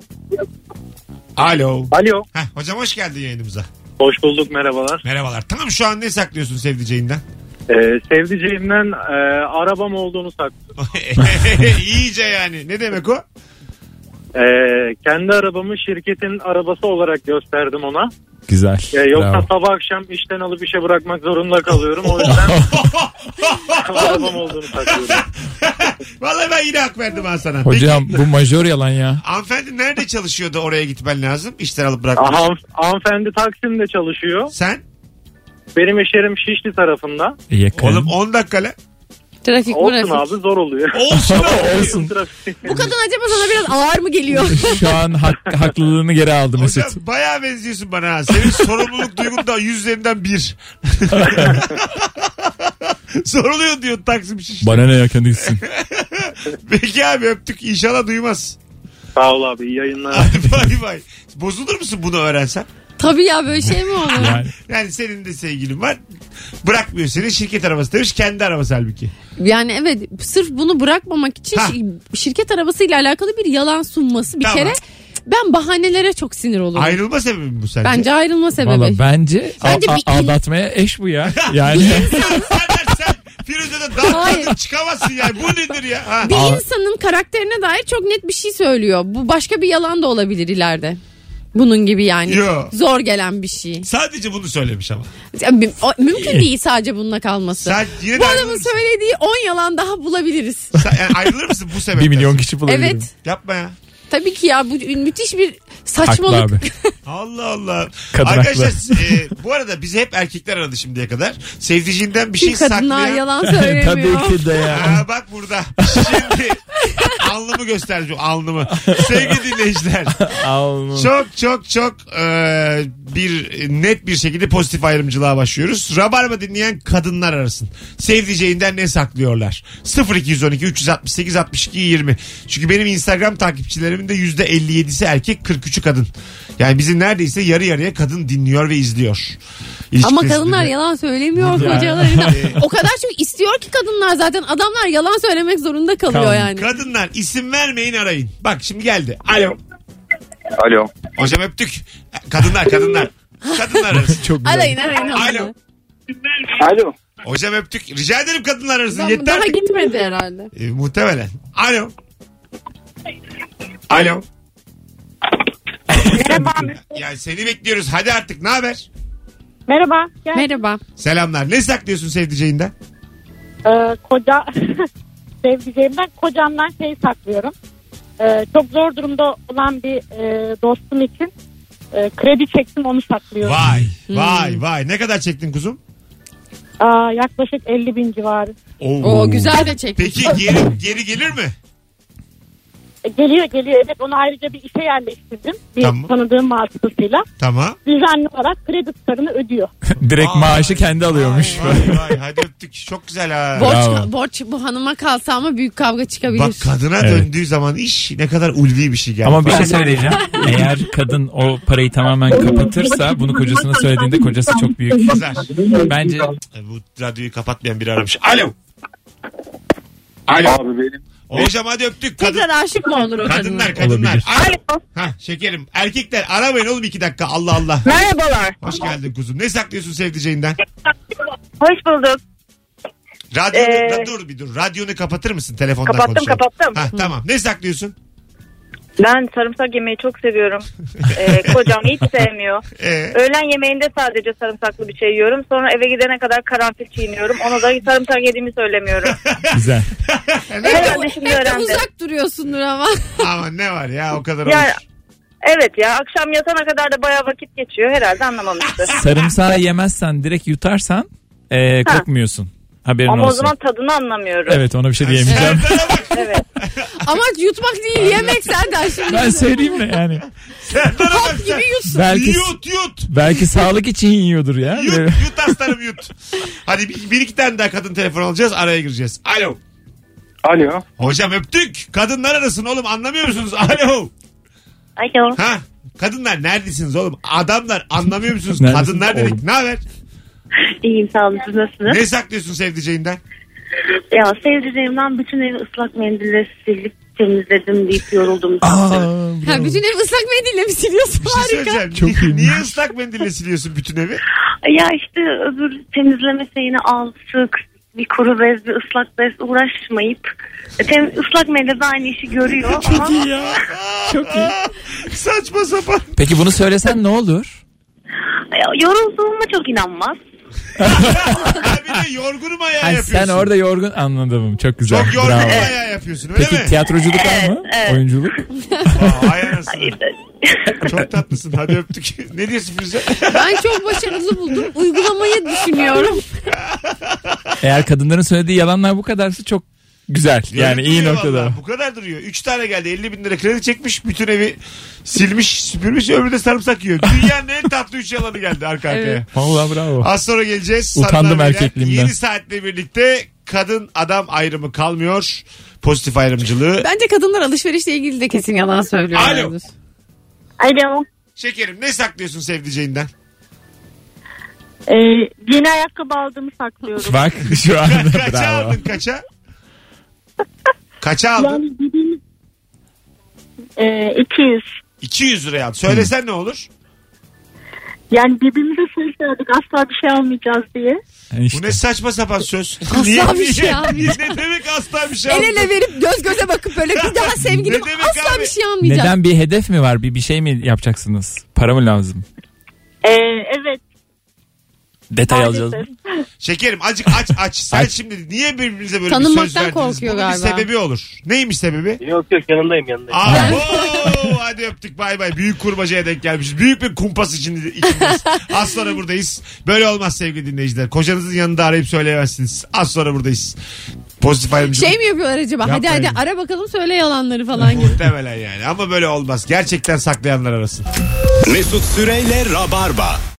Speaker 2: Alo.
Speaker 5: Alo.
Speaker 2: Heh, hocam hoş geldin yayınımıza.
Speaker 5: Hoş bulduk, merhabalar.
Speaker 2: Merhabalar. Tamam, şu an ne saklıyorsun sevdiceğinden?
Speaker 5: Sevdiceğimden arabam olduğunu sakladım.
Speaker 2: İyice yani. Ne demek o?
Speaker 5: Kendi arabamı şirketin arabası olarak gösterdim ona.
Speaker 4: Güzel.
Speaker 5: Yoksa
Speaker 4: Bravo.
Speaker 5: sabah akşam işten alıp işe bırakmak zorunda kalıyorum. O yüzden arabam olduğunu saklıyorum.
Speaker 2: Vallahi ben yine hak verdim ha sana.
Speaker 4: Hocam bu majör yalan ya.
Speaker 2: Hanımefendi nerede çalışıyordu, oraya gitmen lazım? İşten alıp bırakmak.
Speaker 5: Hanımefendi Taksim'de çalışıyor.
Speaker 2: Sen?
Speaker 5: Benim iş yerim Şişli tarafında.
Speaker 4: Yakın.
Speaker 2: Oğlum 10 dakika lan.
Speaker 3: Trafik
Speaker 5: Olsun
Speaker 3: mırafik.
Speaker 5: abi, zor oluyor.
Speaker 2: Olsun abi.
Speaker 4: Olsun.
Speaker 3: Bu kadın acaba sana biraz ağır mı geliyor?
Speaker 4: Şu an haklılığını geri aldı Mesut.
Speaker 2: Hocam bayağı benziyorsun bana ha. Senin sorumluluk duygun da 100 üzerinden 1. Soruluyor diyor Taksim Şişli.
Speaker 4: Bana ne ya, kendi gitsin.
Speaker 2: Peki abi, öptük. İnşallah duymaz.
Speaker 5: Sağ ol abi, iyi yayınlar.
Speaker 2: Hadi bay bay. Bozulur musun bunu öğrensen?
Speaker 3: Tabii ya, böyle şey mi olur?
Speaker 2: Yani senin de sevgilin var. Bırakmıyor seni, şirket arabası demiş, kendi arabası halbuki.
Speaker 3: Yani evet, sırf bunu bırakmamak için şirket arabasıyla alakalı bir yalan sunması bir kere. Ben bahanelere çok sinir olurum.
Speaker 2: Ayrılma sebebi mi bu sence?
Speaker 3: Bence ayrılma sebebi.
Speaker 4: Valla bence aldatmaya eş bu ya. Yani.
Speaker 2: Sen Firuze'den daha çıkamazsın yani. Bu nedir ya? Ha.
Speaker 3: Bir insanın karakterine dair çok net bir şey söylüyor. Bu başka bir yalan da olabilir ileride. Bunun gibi yani.
Speaker 2: Yo.
Speaker 3: Zor gelen bir şey.
Speaker 2: Sadece bunu söylemiş ama.
Speaker 3: Mümkün değil sadece bununla kalması. Bu adamın söylediği 10 yalan daha bulabiliriz.
Speaker 2: Yani ayrılır mısın bu sebepten?
Speaker 4: 1 milyon kişi bulabilirim.
Speaker 3: Evet.
Speaker 2: Yapma ya.
Speaker 3: Tabii ki ya, bu müthiş bir saçmalık.
Speaker 2: Allah Allah.
Speaker 4: Kadın
Speaker 2: arkadaşlar bu arada bizi hep erkekler aradı şimdiye kadar. Sevdiceğinden bir şey saklayan.
Speaker 3: Kadınlar yalan söylemiyor.
Speaker 4: Tabii ki de ya.
Speaker 2: Bak burada. Şimdi alnımı göstereceğim, alnımı. Sevgili dinleyiciler. Çok net bir şekilde pozitif ayrımcılığa başlıyoruz. Rabarba dinleyen kadınlar arasın. Sevdiceğinden ne saklıyorlar? 0212 368 62 20. Çünkü benim Instagram takipçilerimin de %57'si erkek, 43'ü kadın. Yani bizim neredeyse yarı yarıya kadın dinliyor ve izliyor.
Speaker 3: Ama kadınlar yalan söylemiyor kocalarına. O kadar çok istiyor ki kadınlar, zaten adamlar yalan söylemek zorunda kalıyor yani.
Speaker 2: Kadınlar isim vermeyin, arayın. Bak şimdi geldi. Alo.
Speaker 11: Alo.
Speaker 2: Hocam öptük. Kadınlar. Kadınlar arasın.
Speaker 4: Çok güzel.
Speaker 3: Arayın.
Speaker 2: Alo.
Speaker 11: Alo.
Speaker 2: Hocam öptük. Rica ederim kadınlar arasın. Yeter.
Speaker 3: Daha gitmedi herhalde.
Speaker 2: Muhtemelen. Alo. Alo.
Speaker 12: Merhaba.
Speaker 2: Ya seni bekliyoruz. Hadi artık, ne haber?
Speaker 12: Merhaba.
Speaker 3: Merhaba.
Speaker 2: Selamlar. Ne saklıyorsun sevdiceğinden?
Speaker 12: Sevdiceğimden, kocamdan saklıyorum. Çok zor durumda olan bir dostum için kredi çektim, onu saklıyorum.
Speaker 2: Vay. Ne kadar çektin kuzum?
Speaker 12: Yaklaşık 50.000 civarı.
Speaker 3: Oo, güzel de çekmiş.
Speaker 2: Peki geri gelir mi?
Speaker 12: Geliyor evet, onu ayrıca bir işe yerleştirdim. Bir tanıdığım vasıtasıyla.
Speaker 2: Tamam.
Speaker 12: Düzenli olarak kredi tutarını ödüyor.
Speaker 4: Direkt maaşı kendi alıyormuş.
Speaker 2: Vay. Hadi öptük. Çok güzel ha.
Speaker 3: Borç bu hanıma kalsa ama büyük kavga çıkabilir.
Speaker 2: Bak, kadına döndüğü zaman iş ne kadar ulvi bir şey geldi.
Speaker 4: Ama bir şey söyleyeceğim. Eğer kadın o parayı tamamen kapatırsa, bunu kocasına söylediğinde kocası çok büyük.
Speaker 2: Güzel.
Speaker 4: Bence
Speaker 2: bu radyoyu kapatmayan biri aramış. Alo.
Speaker 11: Abi benim.
Speaker 2: Hocam hadi öptük.
Speaker 3: Tekrar aşık mı olur o
Speaker 2: Kadınlar.
Speaker 12: Alo.
Speaker 2: Şekerim. Erkekler aramayın oğlum 2 dakika. Allah Allah.
Speaker 12: Merhabalar.
Speaker 2: Hoş geldin kuzum. Ne saklıyorsun sevdiceğinden?
Speaker 12: Hoş bulduk.
Speaker 2: Dur. Radyonu kapatır mısın? Telefondan
Speaker 12: kapattım.
Speaker 2: Tamam. Ne saklıyorsun?
Speaker 12: Ben sarımsak yemeyi çok seviyorum. Kocam hiç sevmiyor. Öğlen yemeğinde sadece sarımsaklı bir şey yiyorum. Sonra eve gidene kadar karanfil çiğniyorum. Ona da sarımsak yediğimi söylemiyorum.
Speaker 4: güzel.
Speaker 12: Herhalde şimdi öğrendim.
Speaker 3: Uzak duruyorsundur ama.
Speaker 2: Ama ne var ya, o kadar
Speaker 12: ya,
Speaker 2: olur.
Speaker 12: Evet ya, akşam yatana kadar da bayağı vakit geçiyor. Herhalde anlamamıştı.
Speaker 4: Sarımsağı yemezsen, direkt yutarsan kokmuyorsun. Haberin
Speaker 12: ama
Speaker 4: olsun.
Speaker 12: o zaman tadını anlamıyorum.
Speaker 4: Evet, ona bir şey diyemeyeceğim.
Speaker 12: Evet.
Speaker 3: Amaç yutmak değil, yemek Serdar şimdi.
Speaker 4: Ben söyleyeyim mi yani?
Speaker 3: Hap gibi yutsun.
Speaker 4: Belki,
Speaker 2: yut.
Speaker 4: Belki sağlık için yiyordur ya.
Speaker 2: Yut aslanım yut. Hadi bir iki tane daha kadın telefon alacağız, araya gireceğiz.
Speaker 11: Alo.
Speaker 2: Hocam öptük. Kadınlar arasın oğlum, anlamıyor musunuz? Alo. Kadınlar neredesiniz oğlum? Adamlar anlamıyor musunuz? Kadınlar dedik. Ne haber?
Speaker 12: İyiyim, sağ olun, siz nasılsınız?
Speaker 2: Ne saklıyorsun sevdiceğinden?
Speaker 12: Ya sevdiceğimden bütün evi ıslak mendille silip temizledim deyip yoruldum.
Speaker 3: Bütün evi ıslak mendille mi siliyorsun?
Speaker 2: Bir şey söyleyeceğim.
Speaker 4: Çok iyi.
Speaker 2: Niye ıslak mendille siliyorsun bütün evi?
Speaker 12: Ya işte öbür temizleme şeyini al, sık, bir kuru bez, bir ıslak bez, uğraşmayıp ıslak mendil de aynı işi görüyor.
Speaker 4: Çok iyi ya. Çok iyi.
Speaker 2: Saçma sapan.
Speaker 4: Peki bunu söylesen ne olur?
Speaker 12: Ya, yorulduğuma çok inanmaz.
Speaker 2: Bir de yorgunum ayağı yapıyorsun.
Speaker 4: Sen orada yorgun, anladım. Çok güzel.
Speaker 2: Çok yorgun ayağı yapıyorsun öyle
Speaker 4: Peki,
Speaker 2: mi?
Speaker 4: tiyatroculuk var mı?
Speaker 12: Evet.
Speaker 4: Oyunculuk?
Speaker 2: Ay anasını. Çok tatlısın. Hadi öptük. Ne diyorsun Firuze?
Speaker 3: Ben çok başarılı buldum. Uygulamayı düşünüyorum.
Speaker 4: Eğer kadınların söylediği yalanlar bu kadarsa çok güzel. Yani iyi noktada.
Speaker 2: Vallahi, bu kadar duruyor. 3 tane geldi. 50.000 lira kredi çekmiş. Bütün evi silmiş, süpürmüş. Öbürü de sarımsak yiyor. Dünyanın en tatlı 3 yalanı geldi arka arkaya.
Speaker 3: Evet.
Speaker 4: Vallahi bravo.
Speaker 2: Az sonra geleceğiz.
Speaker 4: Utandım erkekliğimden.
Speaker 2: Yeni saatle birlikte kadın adam ayrımı kalmıyor. Pozitif ayrımcılığı.
Speaker 3: Bence kadınlar alışverişle ilgili de kesin yalan söylüyorlardır.
Speaker 12: Alo.
Speaker 2: Şekerim ne saklıyorsun sevdiceğinden?
Speaker 12: Yeni ayakkabı aldığımı saklıyorum.
Speaker 4: Bak şu anda
Speaker 2: Kaça
Speaker 4: bravo.
Speaker 2: aldın kaça? Kaça aldın?
Speaker 12: Yani dediğimiz 200.
Speaker 2: 200 liraya aldın. Söylesen ne olur?
Speaker 12: Yani birbirimize söz verdik asla bir şey almayacağız diye.
Speaker 2: Bu ne saçma sapan söz.
Speaker 3: Asla bir şey almayacağız.
Speaker 2: Ne demek asla bir şey
Speaker 3: El
Speaker 2: almayacağız?
Speaker 3: ele verip göz göze bakıp böyle bir daha sevgilim
Speaker 2: Ne demek
Speaker 3: asla
Speaker 2: abi?
Speaker 3: bir şey almayacağız.
Speaker 4: Neden, bir hedef mi var? Bir şey mi yapacaksınız? Para mı lazım?
Speaker 12: Evet.
Speaker 4: Detay
Speaker 12: Maalesef.
Speaker 4: alacağız.
Speaker 2: Şekerim azıcık aç. Sen şimdi niye birbirinize böyle bir söz
Speaker 3: Tanınmaktan
Speaker 2: verdiniz?
Speaker 3: korkuyor
Speaker 2: Bunun
Speaker 3: galiba.
Speaker 2: bir sebebi olur. Neymiş sebebi?
Speaker 10: Yok yanındayım.
Speaker 2: Abo, hadi öptük bay bay. Büyük kurbacaya denk gelmişiz. Büyük bir kumpas içindeyiz. Az sonra buradayız. Böyle olmaz sevgili dinleyiciler. Kocanızın yanında arayıp söyleyemezsiniz. Az sonra buradayız. Pozitif ayrımcılık.
Speaker 3: Şey mi yapıyorlar acaba? Hadi
Speaker 2: Yapmayın.
Speaker 3: ara bakalım söyle yalanları falan gibi.
Speaker 2: Muhtemelen yani. Ama böyle olmaz. Gerçekten saklayanlar arasın.
Speaker 1: Mesut Süreyle Rabarba.